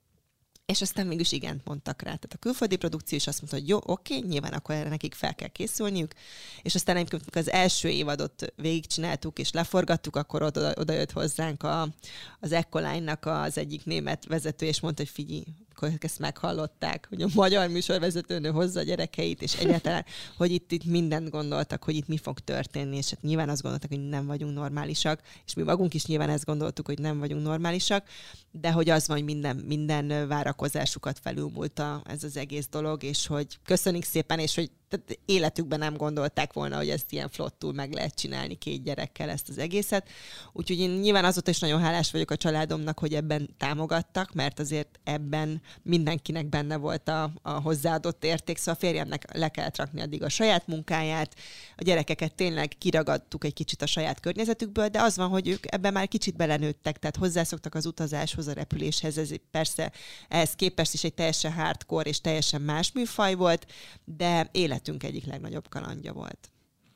És aztán mégis igent mondtak rá. Tehát a külföldi produkció is azt mondta, hogy jó, oké, nyilván akkor erre nekik fel kell készülniük. És aztán amikor az első évadot végigcsináltuk és leforgattuk, akkor oda jött hozzánk az Ecoline-nak az egyik német vezető, és mondta, hogy figyelj, akkor ezt meghallották, hogy a magyar műsorvezetőnő hozza a gyerekeit, és egyáltalán, hogy itt mindent gondoltak, hogy itt mi fog történni, és hát nyilván azt gondoltak, hogy nem vagyunk normálisak, és mi magunk is nyilván ezt gondoltuk, hogy nem vagyunk normálisak, de hogy az van, hogy minden várakozásukat felülmúlta ez az egész dolog, és hogy köszönjük szépen, és hogy tehát életükben nem gondolták volna, hogy ezt ilyen flottul meg lehet csinálni 2 gyerekkel ezt az egészet. Úgyhogy én nyilván azóta is nagyon hálás vagyok a családomnak, hogy ebben támogattak, mert azért ebben mindenkinek benne volt a hozzáadott érték, szóval a férjemnek le kellett rakni addig a saját munkáját, a gyerekeket tényleg kiragadtuk egy kicsit a saját környezetükből, de az van, hogy ők ebben már kicsit belenőttek, tehát hozzászoktak az utazáshoz, a repüléshez, ez persze ehhez képest is egy teljesen hardcore és teljesen más műfaj volt, de életünk egyik legnagyobb kalandja volt.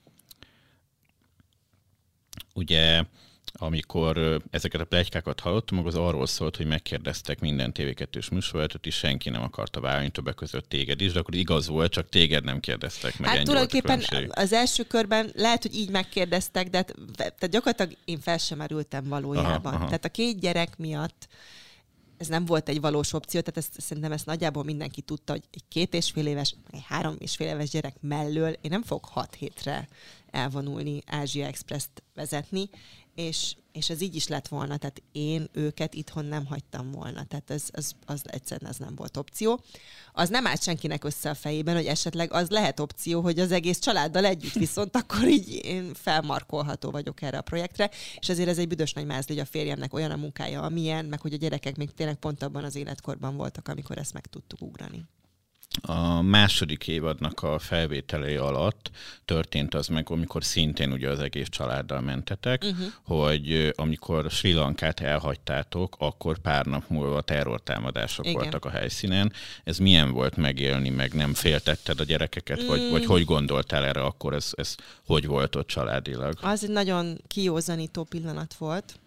Ugye, amikor ezeket a pletykákat hallottam, az arról szólt, hogy megkérdeztek minden TV2-s műsorvezetőt, és senki nem akarta vállalni, többek között téged is, de akkor igaz volt, csak téged nem kérdeztek meg. Hát tulajdonképpen az első körben lehet, hogy így megkérdeztek, de tehát gyakorlatilag én fel sem merültem valójában. Aha. Tehát a 2 gyerek miatt ez nem volt egy valós opció, tehát szerintem ezt nagyjából mindenki tudta, hogy egy 2,5 éves, egy 3,5 éves gyerek mellől én nem fogok 6 hétre elvonulni Ázsia Express-t vezetni, és ez így is lett volna, tehát én őket itthon nem hagytam volna, tehát az egyszerűen ez nem volt opció. Az nem állt senkinek össze a fejében, hogy esetleg az lehet opció, hogy az egész családdal együtt viszont akkor így én felmarkolható vagyok erre a projektre, és ezért ez egy büdös nagy mázli, hogy a férjemnek olyan a munkája, amilyen, meg hogy a gyerekek még tényleg pont abban az életkorban voltak, amikor ezt meg tudtuk ugrani. A második évadnak a felvételei alatt történt az meg, amikor szintén ugye az egész családdal mentetek, hogy amikor Sri Lankát elhagytátok, akkor pár nap múlva terrortámadások voltak a helyszínen. Ez milyen volt megélni, meg nem féltetted a gyerekeket, vagy hogy gondoltál erre akkor, ez hogy volt ott családilag? Az egy nagyon kijózanító pillanat volt,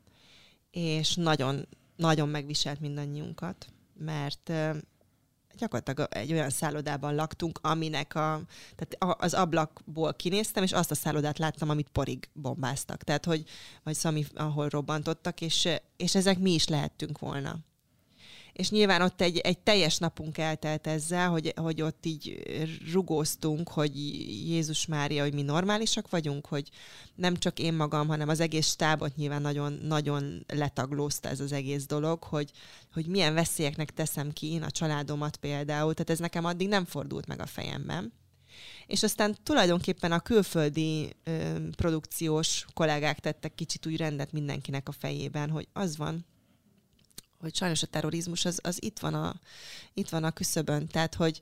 és nagyon, nagyon megviselt mindannyiunkat, mert gyakorlatilag egy olyan szállodában laktunk, aminek tehát az ablakból kinéztem, és azt a szállodát láttam, amit porig bombáztak. Tehát, vagy ahol robbantottak, és ezek mi is lehettünk volna. És nyilván ott egy teljes napunk eltelt ezzel, hogy ott így rugóztunk, hogy Jézus Mária, hogy mi normálisak vagyunk, hogy nem csak én magam, hanem az egész stábot nyilván nagyon, nagyon letaglózta ez az egész dolog, hogy milyen veszélyeknek teszem ki én a családomat például, tehát ez nekem addig nem fordult meg a fejemben. És aztán tulajdonképpen a külföldi produkciós kollégák tettek kicsit úgy rendet mindenkinek a fejében, hogy az van, hogy sajnos a terrorizmus az itt van a küszöbön. Tehát, hogy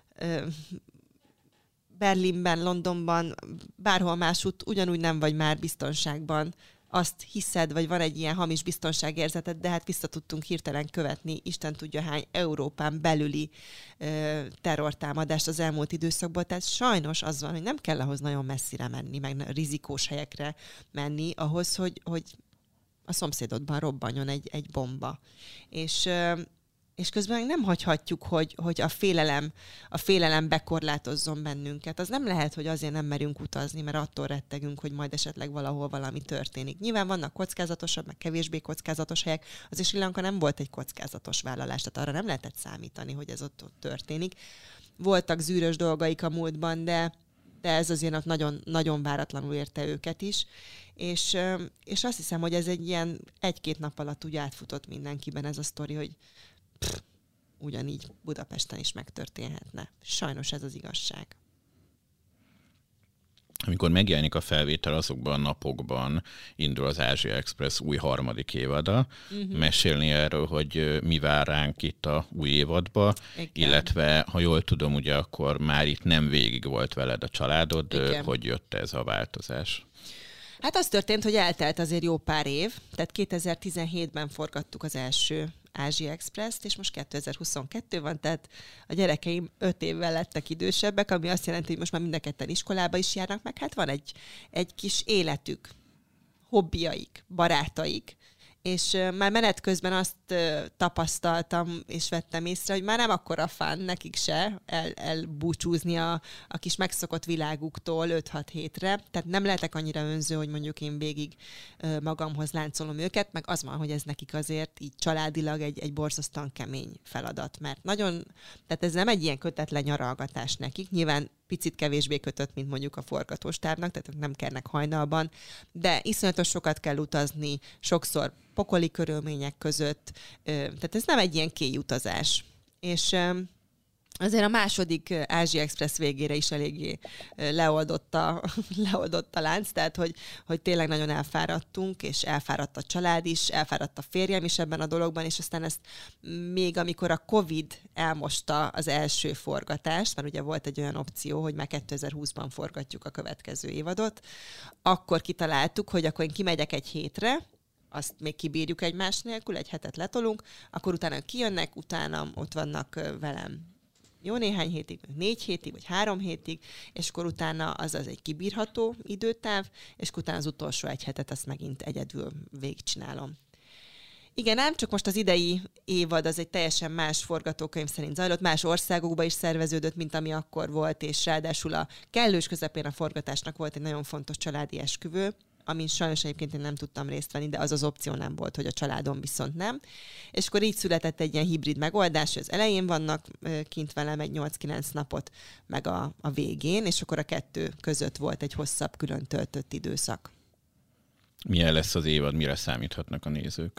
Berlinben, Londonban, bárhol másút ugyanúgy nem vagy már biztonságban. Azt hiszed, vagy van egy ilyen hamis biztonságérzeted, de hát vissza tudtunk hirtelen követni, Isten tudja hány Európán belüli terrortámadást az elmúlt időszakban. Tehát sajnos az van, hogy nem kell ahhoz nagyon messzire menni, meg rizikós helyekre menni, ahhoz, hogy a szomszédodban robbanjon egy bomba. És és közben nem hagyhatjuk, hogy a félelem bekorlátozzon bennünket. Az nem lehet, hogy azért nem merünk utazni, mert attól rettegünk, hogy majd esetleg valahol valami történik. Nyilván vannak kockázatosabb, meg kevésbé kockázatos helyek. Az Srí Lanka nem volt egy kockázatos vállalás, tehát arra nem lehetett számítani, hogy ez ott történik. Voltak zűrös dolgaik a múltban, de ez azért ott nagyon, nagyon váratlanul érte őket is. És azt hiszem, hogy ez egy ilyen 1-2 nap alatt úgy átfutott mindenkiben ez a sztori, hogy ugyanígy Budapesten is megtörténhetne. Sajnos ez az igazság. Amikor megjelenik a felvétel, azokban a napokban indul az Ázsia Express új 3. évada. Mesélni erről, hogy mi vár ránk itt a új évadba, illetve, ha jól tudom, ugye akkor már itt nem végig volt veled a családod, hogy jött ez a változás? Hát az történt, hogy eltelt azért jó pár év, tehát 2017-ben forgattuk az első Ázsia Express-t, és most 2022 van, tehát a gyerekeim 5 évvel lettek idősebbek, ami azt jelenti, hogy most már mind a ketten iskolába is járnak, meg hát van egy kis életük, hobbiaik, barátaik, és már menet közben azt tapasztaltam, és vettem észre, hogy már nem akkora fán nekik se elbúcsúzni a kis megszokott világuktól 5-6 hétre. Tehát nem lehetek annyira önző, hogy mondjuk én végig magamhoz láncolom őket, meg az van, hogy ez nekik azért így családilag egy borzasztóan kemény feladat. Mert tehát ez nem egy ilyen kötetlen nyaralgatás nekik. Nyilván picit kevésbé kötött, mint mondjuk a forgatóstárnak, tehát nem kelnek hajnalban, de iszonyatos sokat kell utazni, sokszor pokoli körülmények között, tehát ez nem egy ilyen kéj utazás. És azért a második Ázsia Express végére is eléggé leoldott a lánc, tehát hogy tényleg nagyon elfáradtunk, és elfáradt a család is, elfáradt a férjem is ebben a dologban, és aztán ezt még amikor a Covid elmosta az első forgatást, mert ugye volt egy olyan opció, hogy már 2020-ban forgatjuk a következő évadot, akkor kitaláltuk, hogy akkor én kimegyek egy hétre, azt még kibírjuk egymás nélkül, egy hetet letolunk, akkor utána kijönnek, utána ott vannak velem jó néhány hétig, 4 hétig, vagy 3 hétig, és akkor utána az egy kibírható időtáv, és utána az utolsó 1 hetet azt megint egyedül végigcsinálom. Igen, nem csak most az idei évad, az egy teljesen más forgatókönyv szerint zajlott, más országokba is szerveződött, mint ami akkor volt, és ráadásul a kellős közepén a forgatásnak volt egy nagyon fontos családi esküvő, amin sajnos egyébként én nem tudtam részt venni, de az az opció nem volt, hogy a családom viszont nem. És akkor így született egy ilyen hibrid megoldás, hogy az elején vannak kint velem egy 8-9 napot, meg a végén, és akkor a 2 között volt egy hosszabb, külön töltött időszak. Milyen lesz az évad, mire számíthatnak a nézők?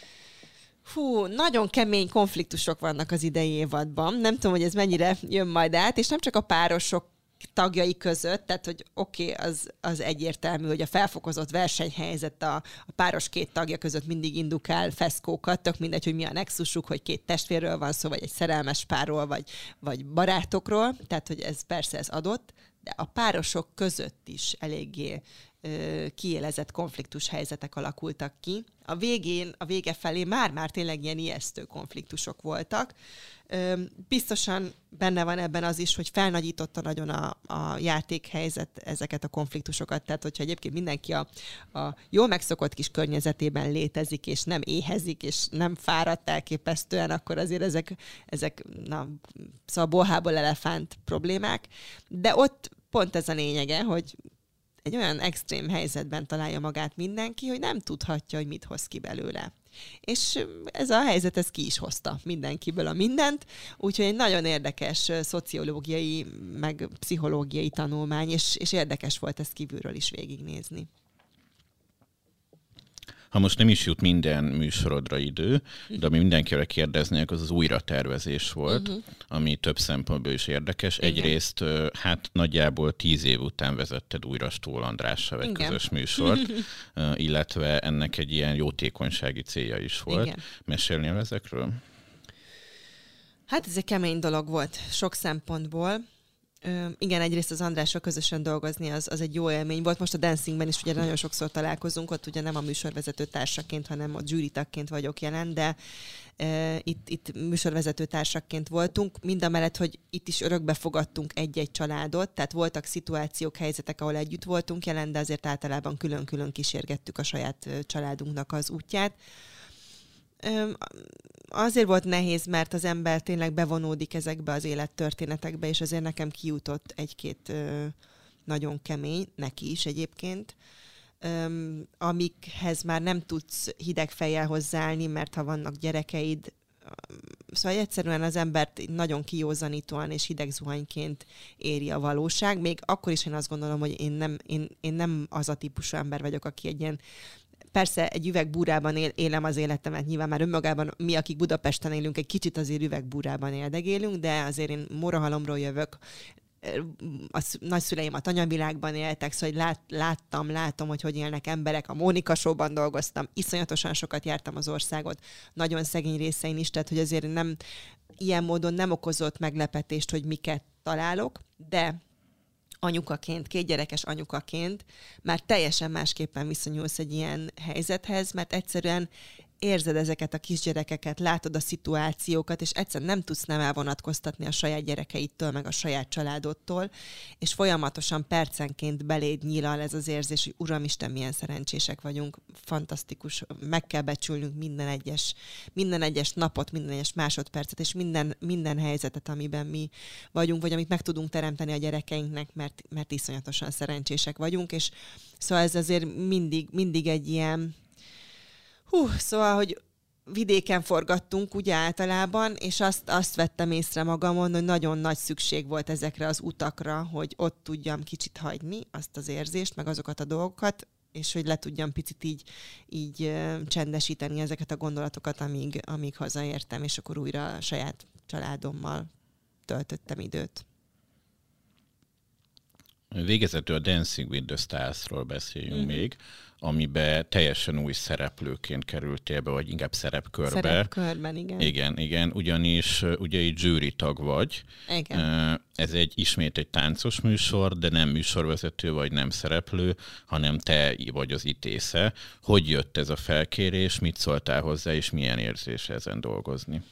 Nagyon kemény konfliktusok vannak az idei évadban. Nem tudom, hogy ez mennyire jön majd át, és nem csak a párosok tagjai között, tehát hogy az egyértelmű, hogy a felfokozott versenyhelyzet a páros 2 tagja között mindig indukál feszkókat, tök mindegy, hogy mi a nexusuk, hogy 2 testvérről van szó, vagy egy szerelmes párról, vagy barátokról, tehát hogy ez persze ez adott, de a párosok között is eléggé kiélezett konfliktus helyzetek alakultak ki. A vége felé már tényleg ilyen ijesztő konfliktusok voltak. Biztosan benne van ebben az is, hogy felnagyította nagyon a játékhelyzet ezeket a konfliktusokat, tehát hogyha egyébként mindenki a jól megszokott kis környezetében létezik, és nem éhezik, és nem fáradt elképesztően, akkor azért ezek szóval bolhából elefánt problémák. De ott pont ez a lényege, hogy egy olyan extrém helyzetben találja magát mindenki, hogy nem tudhatja, hogy mit hoz ki belőle. És ez a helyzet, ez ki is hozta mindenkiből a mindent, úgyhogy egy nagyon érdekes szociológiai, meg pszichológiai tanulmány, és érdekes volt ezt kívülről is végignézni. Ha most nem is jut minden műsorodra idő, de ami mindenkire kérdeznék, az újratervezés volt, ami több szempontból is érdekes. Igen. Egyrészt hát nagyjából 10 év után vezetted újra Stól Andrással egy közös műsort, illetve ennek egy ilyen jótékonysági célja is volt. Igen. Mesélnél ezekről? Hát ez egy kemény dolog volt sok szempontból. Igen, egyrészt az Andrással közösen dolgozni az egy jó élmény volt. Most a Dancingben is ugye nagyon sokszor találkozunk, ott ugye nem a műsorvezető társaként, hanem a zsűritagként vagyok jelen, de itt műsorvezető társakként voltunk, mindamellett, hogy itt is örökbe fogadtunk egy-egy családot, tehát voltak szituációk, helyzetek, ahol együtt voltunk jelen, de azért általában külön-külön kísérgettük a saját családunknak az útját. Azért volt nehéz, mert az ember tényleg bevonódik ezekbe az élettörténetekbe, és azért nekem kijutott egy-két nagyon kemény, neki is egyébként, amikhez már nem tudsz hideg fejjel hozzáállni, mert ha vannak gyerekeid, szóval egyszerűen az embert nagyon kijózanítóan és hideg zuhanyként éri a valóság. Még akkor is én azt gondolom, hogy én nem az a típusú ember vagyok, aki egy ilyen, persze egy üvegbúrában élem az életemet, nyilván már önmagában mi, akik Budapesten élünk, egy kicsit azért üvegbúrában éldegélünk, de azért én Mórahalomról jövök, a nagyszüleim a tanyavilágban éltek, szóval látom, hogy élnek emberek. A Mónika Show-ban dolgoztam, iszonyatosan sokat jártam az országot, nagyon szegény részein is, tehát hogy azért nem, ilyen módon nem okozott meglepetést, hogy miket találok, de anyukaként, 2 gyerekes anyukaként már teljesen másképpen viszonyulsz egy ilyen helyzethez, mert egyszerűen érzed ezeket a kisgyerekeket, látod a szituációkat, és egyszerűen nem tudsz nem elvonatkoztatni a saját gyerekeidtől, meg a saját családodtól, és folyamatosan percenként beléd nyílal ez az érzés, hogy Uramisten, milyen szerencsések vagyunk, fantasztikus, meg kell becsülnünk minden egyes napot, minden egyes másodpercet, és minden helyzetet, amiben mi vagyunk, vagy amit meg tudunk teremteni a gyerekeinknek, mert iszonyatosan szerencsések vagyunk, és szóval ez azért mindig egy ilyen szóval, hogy vidéken forgattunk ugye általában, és azt vettem észre magamon, hogy nagyon nagy szükség volt ezekre az utakra, hogy ott tudjam kicsit hagyni azt az érzést, meg azokat a dolgokat, és hogy le tudjam picit így csendesíteni ezeket a gondolatokat, amíg hazaértem, és akkor újra a saját családommal töltöttem időt. Végezetül a Dancing with the Stars-ról beszéljünk még, amiben teljesen új szereplőként kerültél be, vagy inkább szerepkörbe. Szerepkörben, igen. Igen, ugyanis ugye egy zsűri tag vagy. Igen. Ez ismét egy táncos műsor, de nem műsorvezető vagy nem szereplő, hanem te vagy az ítésze. Hogy jött ez a felkérés, mit szóltál hozzá, és milyen érzés ezen dolgozni?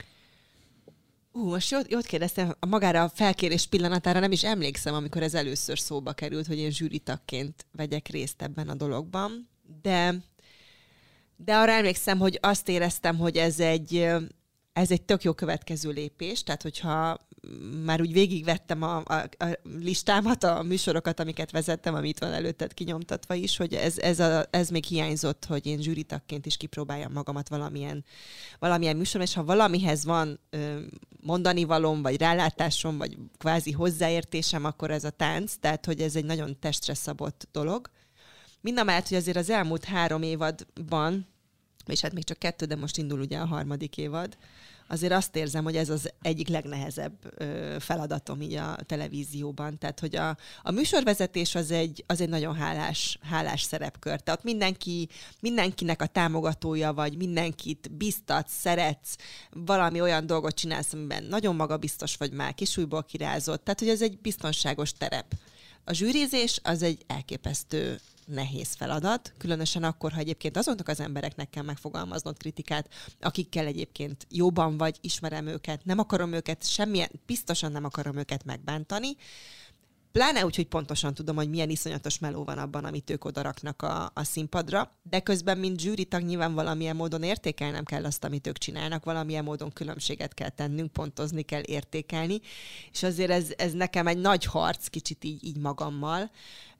Most jót kérdeztem, magára a felkérés pillanatára nem is emlékszem, amikor ez először szóba került, hogy én zsűritagként vegyek részt ebben a dologban, de arra emlékszem, hogy azt éreztem, hogy ez egy tök jó következő lépés, tehát hogyha már úgy végigvettem a listámat, a műsorokat, amiket vezettem, amit van előtted kinyomtatva is, hogy ez még hiányzott, hogy én zsűritagként is kipróbáljam magamat valamilyen műsorban, és ha valamihez van mondani valóm, vagy rálátásom, vagy kvázi hozzáértésem, akkor ez a tánc, tehát hogy ez egy nagyon testre szabott dolog. Mindamellett, hogy azért az elmúlt 3 évadban, és hát még csak 2, de most indul ugye a 3. évad, azért azt érzem, hogy ez az egyik legnehezebb feladatom így a televízióban. Tehát, hogy a műsorvezetés az egy nagyon hálás szerepkör. Tehát mindenkinek a támogatója vagy, mindenkit biztatsz, szeretsz, valami olyan dolgot csinálsz, amiben nagyon magabiztos vagy, már kisújból kirázott. Tehát, hogy ez egy biztonságos terep. A zsűrizés az egy elképesztő nehéz feladat, különösen akkor, ha egyébként azoknak az embereknek kell megfogalmaznod kritikát, akikkel egyébként jóban vagy, ismerem őket, nem akarom őket biztosan nem akarom őket megbántani, pláne úgy, hogy pontosan tudom, hogy milyen iszonyatos meló van abban, amit ők odaraknak a színpadra, de közben, mint zsűritag nyilván valamilyen módon értékelnem kell azt, amit ők csinálnak, valamilyen módon különbséget kell tennünk, pontozni kell, értékelni, és azért ez nekem egy nagy harc kicsit így magammal.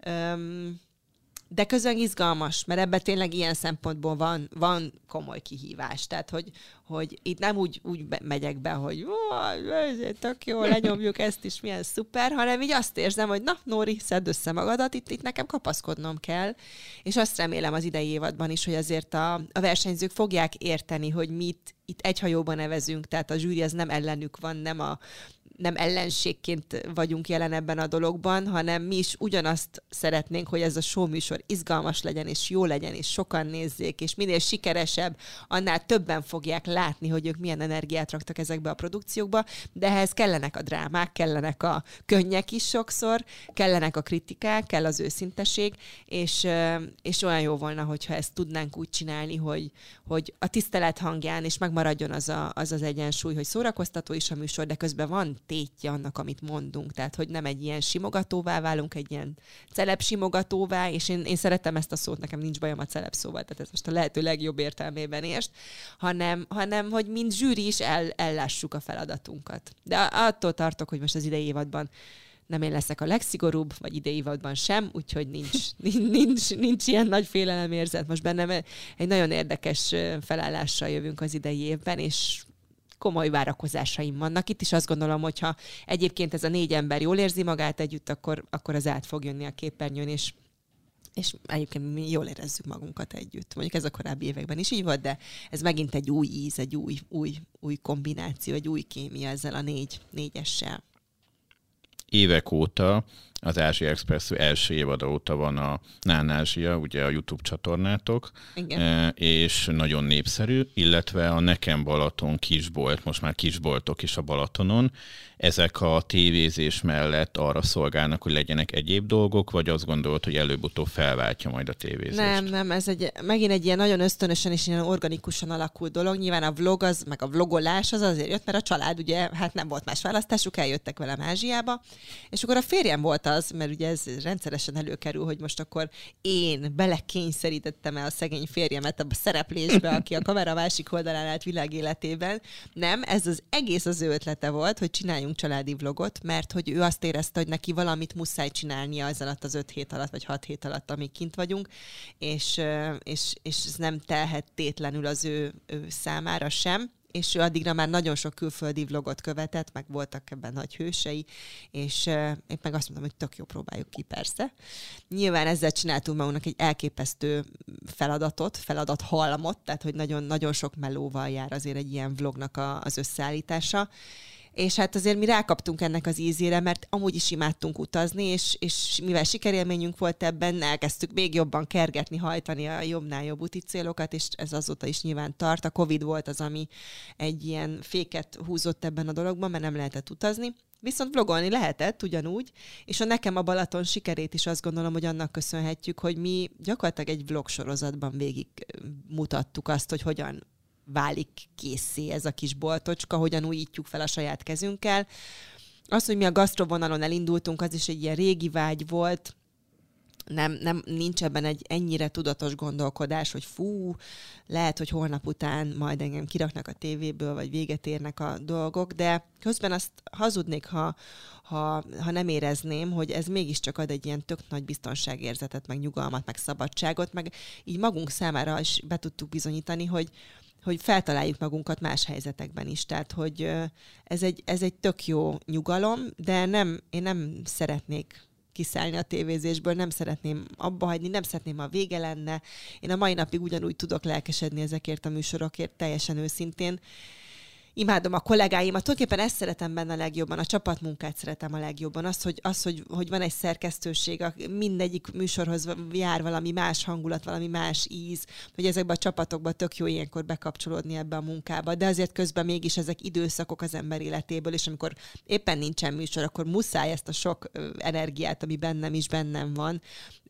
De közben izgalmas, mert ebben tényleg ilyen szempontból van komoly kihívás. Tehát, hogy itt nem úgy megyek be, hogy ez tök jó, lenyomjuk ezt is, milyen szuper, hanem így azt érzem, hogy na, Nóri, szedd össze magadat, itt nekem kapaszkodnom kell. És azt remélem az idei évadban is, hogy azért a versenyzők fogják érteni, hogy mi itt egy hajóban nevezünk, tehát a zsűri az nem ellenük van, nem ellenségként vagyunk jelen ebben a dologban, hanem mi is ugyanazt szeretnénk, hogy ez a show műsor izgalmas legyen, és jó legyen, és sokan nézzék, és minél sikeresebb, annál többen fogják látni, hogy ők milyen energiát raktak ezekbe a produkciókba, de ehhez kellenek a drámák, kellenek a könnyek is sokszor, kellenek a kritikák, kell az őszinteség, és olyan jó volna, hogyha ezt tudnánk úgy csinálni, hogy a tisztelet hangján, és megmaradjon az egyensúly, hogy szórakoztató is a műsor, de közben van tétje annak, amit mondunk. Tehát, hogy nem egy ilyen simogatóvá válunk, egy ilyen celeb simogatóvá, és én szeretem ezt a szót, nekem nincs bajom a celeb szóval, tehát ez most a lehető legjobb értelmében értsd, hanem hogy mint zsűri is ellássuk a feladatunkat. De attól tartok, hogy most az idei évadban nem én leszek a legszigorúbb, vagy idei évadban sem, úgyhogy nincs ilyen nagy félelemérzet. Most bennem egy nagyon érdekes felállással jövünk az idei évben, és komoly várakozásaim vannak. Itt is azt gondolom, hogyha egyébként ez a 4 ember jól érzi magát együtt, akkor az át fog jönni a képernyőn, és egyébként mi jól érezzük magunkat együtt. Mondjuk ez a korábbi években is így volt, de ez megint egy új íz, egy új kombináció, egy új kémia ezzel a négyessel. Évek óta, az Ázsia Express első évada óta van a Nán Ázsia, ugye a YouTube csatornátok, és nagyon népszerű, illetve a Nekem Balaton kisbolt, most már kisboltok is a Balatonon. Ezek a tévézés mellett arra szolgálnak, hogy legyenek egyéb dolgok, vagy azt gondolod, hogy előbb-utóbb felváltja majd a tévézést? Nem, ez megint egy ilyen nagyon ösztönösen és ilyen organikusan alakult dolog. Nyilván a vlog az, meg a vlogolás az azért jött, mert a család ugye, hát nem volt más választásuk, eljöttek velem Ázsiába, és akkor a férjem volt az, mert ugye ez rendszeresen előkerül, hogy most akkor én belekényszerítettem el a szegény férjemet a szereplésbe, aki a kamera másik oldalán állt világéletében. Nem, ez az egész az ő ötlete volt, hogy csináljunk családi vlogot, mert hogy ő azt érezte, hogy neki valamit muszáj csinálnia az alatt az 5 hét alatt, vagy 6 hét alatt, amíg kint vagyunk, és ez nem telhet tétlenül az ő számára sem, és ő addigra már nagyon sok külföldi vlogot követett, meg voltak ebben nagy hősei, és én meg azt mondtam, hogy tök jó, próbáljuk ki, persze. Nyilván ezzel csináltunk magunknak egy elképesztő feladathalmot, tehát hogy nagyon, nagyon sok melóval jár azért egy ilyen vlognak az összeállítása. És hát azért mi rákaptunk ennek az ízére, mert amúgy is imádtunk utazni, és mivel sikerélményünk volt ebben, elkezdtük még jobban kergetni, hajtani a jobbnál jobb úti célokat, és ez azóta is nyilván tart. A Covid volt az, ami egy ilyen féket húzott ebben a dologban, mert nem lehetett utazni. Viszont vlogolni lehetett ugyanúgy, és Nekem a Balaton sikerét is azt gondolom, hogy annak köszönhetjük, hogy mi gyakorlatilag egy vlog sorozatban végig mutattuk azt, hogy hogyan válik készé ez a kis boltocska, hogyan újítjuk fel a saját kezünkkel. Az, hogy mi a gasztrovonalon elindultunk, az is egy ilyen régi vágy volt. Nincs ebben egy ennyire tudatos gondolkodás, hogy lehet, hogy holnap után majd engem kiraknak a tévéből, vagy véget érnek a dolgok, de közben azt hazudnék, ha nem érezném, hogy ez mégiscsak ad egy ilyen tök nagy biztonságérzetet, meg nyugalmat, meg szabadságot, meg így magunk számára is be tudtuk bizonyítani, hogy feltaláljuk magunkat más helyzetekben is. Tehát, hogy ez egy tök jó nyugalom, de én nem szeretnék kiszállni a tévézésből, nem szeretném abba hagyni, nem szeretném, ha vége lenne. Én a mai napig ugyanúgy tudok lelkesedni ezekért a műsorokért, teljesen őszintén. Imádom a kollégáimat, tulajdonképpen ezt szeretem benne a legjobban, a csapatmunkát szeretem a legjobban, hogy van egy szerkesztőség, mindegyik műsorhoz jár valami más hangulat, valami más íz, hogy ezekben a csapatokban tök jó ilyenkor bekapcsolódni ebbe a munkába, de azért közben mégis ezek időszakok az ember életéből, és amikor éppen nincsen műsor, akkor muszáj ezt a sok energiát, ami bennem van,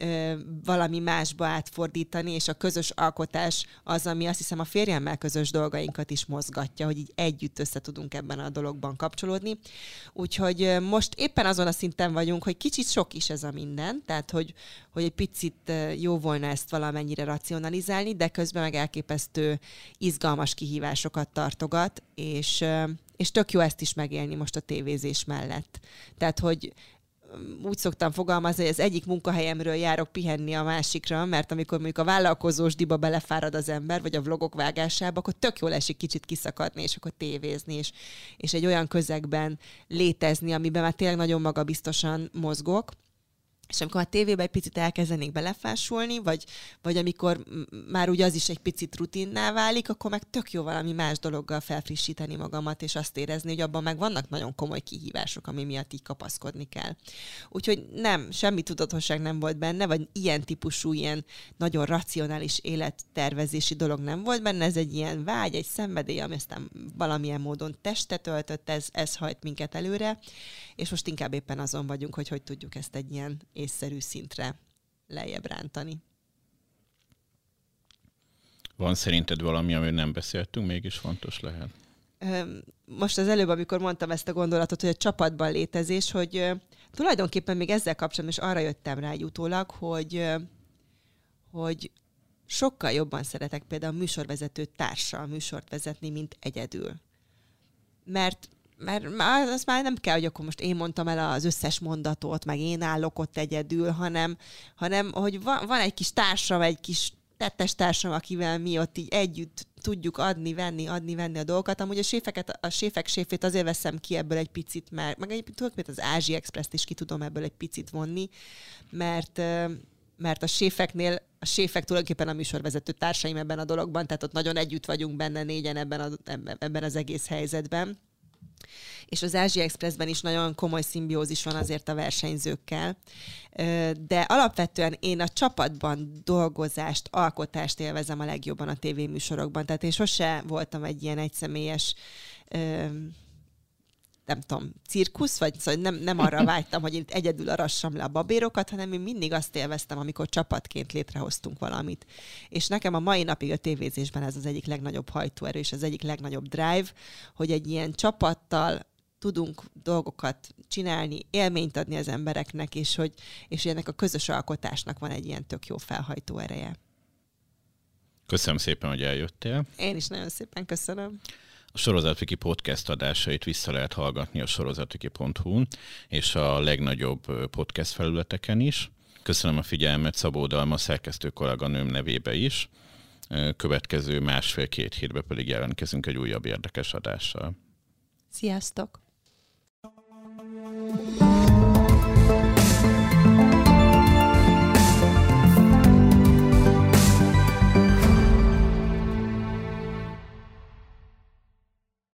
valami másba átfordítani, és a közös alkotás az, ami azt hiszem a férjemmel közös dolgainkat is mozgatja, hogy így együtt össze tudunk ebben a dologban kapcsolódni. Úgyhogy most éppen azon a szinten vagyunk, hogy kicsit sok is ez a minden, tehát hogy egy picit jó volna ezt valamennyire racionalizálni, de közben meg elképesztő izgalmas kihívásokat tartogat, és tök jó ezt is megélni most a tévézés mellett. Tehát, hogy úgy szoktam fogalmazni, hogy az egyik munkahelyemről járok pihenni a másikra, mert amikor mondjuk a vállalkozósdiba belefárad az ember, vagy a vlogok vágásába, akkor tök jól esik kicsit kiszakadni, és akkor tévézni, és egy olyan közegben létezni, amiben már tényleg nagyon magabiztosan mozgok. És amikor a tévében egy picit elkezdenék belefásulni, vagy amikor már ugye az is egy picit rutinná válik, akkor meg tök jó valami más dologgal felfrissíteni magamat, és azt érezni, hogy abban meg vannak nagyon komoly kihívások, ami miatt így kapaszkodni kell. Úgyhogy semmi tudatosság nem volt benne, vagy ilyen típusú, ilyen nagyon racionális élettervezési dolog nem volt benne, ez egy ilyen vágy, egy szenvedély, ami aztán valamilyen módon testet öltött, ez hajt minket előre, és most inkább éppen azon vagyunk, hogy tudjuk ezt egy ilyen észszerű szintre lejjebb rántani. Van szerinted valami, amiről nem beszéltünk, mégis fontos lehet? most az előbb, amikor mondtam ezt a gondolatot, hogy a csapatban létezés, hogy tulajdonképpen még ezzel kapcsolatban is arra jöttem rá utólag, hogy sokkal jobban szeretek például műsorvezető társal műsort vezetni, mint egyedül. Mert az már nem kell, hogy akkor most én mondtam el az összes mondatot, meg én állok ott egyedül, hanem hogy van egy kis társam, egy kis tettes társam, akivel mi ott így együtt tudjuk adni-venni a dolgokat. Amúgy a séfek séfét azért veszem ki ebből egy picit, meg egyébként tudok, mint az Ázsia Express-t is ki tudom ebből egy picit vonni, mert a séfek tulajdonképpen a műsorvezető társaim ebben a dologban, tehát ott nagyon együtt vagyunk benne négyen ebben az egész helyzetben. És az Ázsia Expressben is nagyon komoly szimbiózis van azért a versenyzőkkel. De alapvetően én a csapatban dolgozást, alkotást élvezem a legjobban a tévéműsorokban. Tehát én sose voltam egy ilyen egyszemélyes nem tudom, cirkusz, vagy szóval nem arra vágytam, hogy én itt egyedül arassam le a babérokat, hanem én mindig azt élveztem, amikor csapatként létrehoztunk valamit. És nekem a mai napig a tévézésben ez az egyik legnagyobb hajtóerő, és az egyik legnagyobb drive, hogy egy ilyen csapattal tudunk dolgokat csinálni, élményt adni az embereknek, és ennek a közös alkotásnak van egy ilyen tök jó felhajtó ereje. Köszönöm szépen, hogy eljöttél. Én is nagyon szépen köszönöm. A Sorozatviki podcast adásait vissza lehet hallgatni a sorozatviki.hu-n és a legnagyobb podcast felületeken is. Köszönöm a figyelmet Szabó Dalma szerkesztő kolléganőm nevébe is. Következő 1,5-2 hétben pedig jelentkezünk egy újabb érdekes adással. Sziasztok!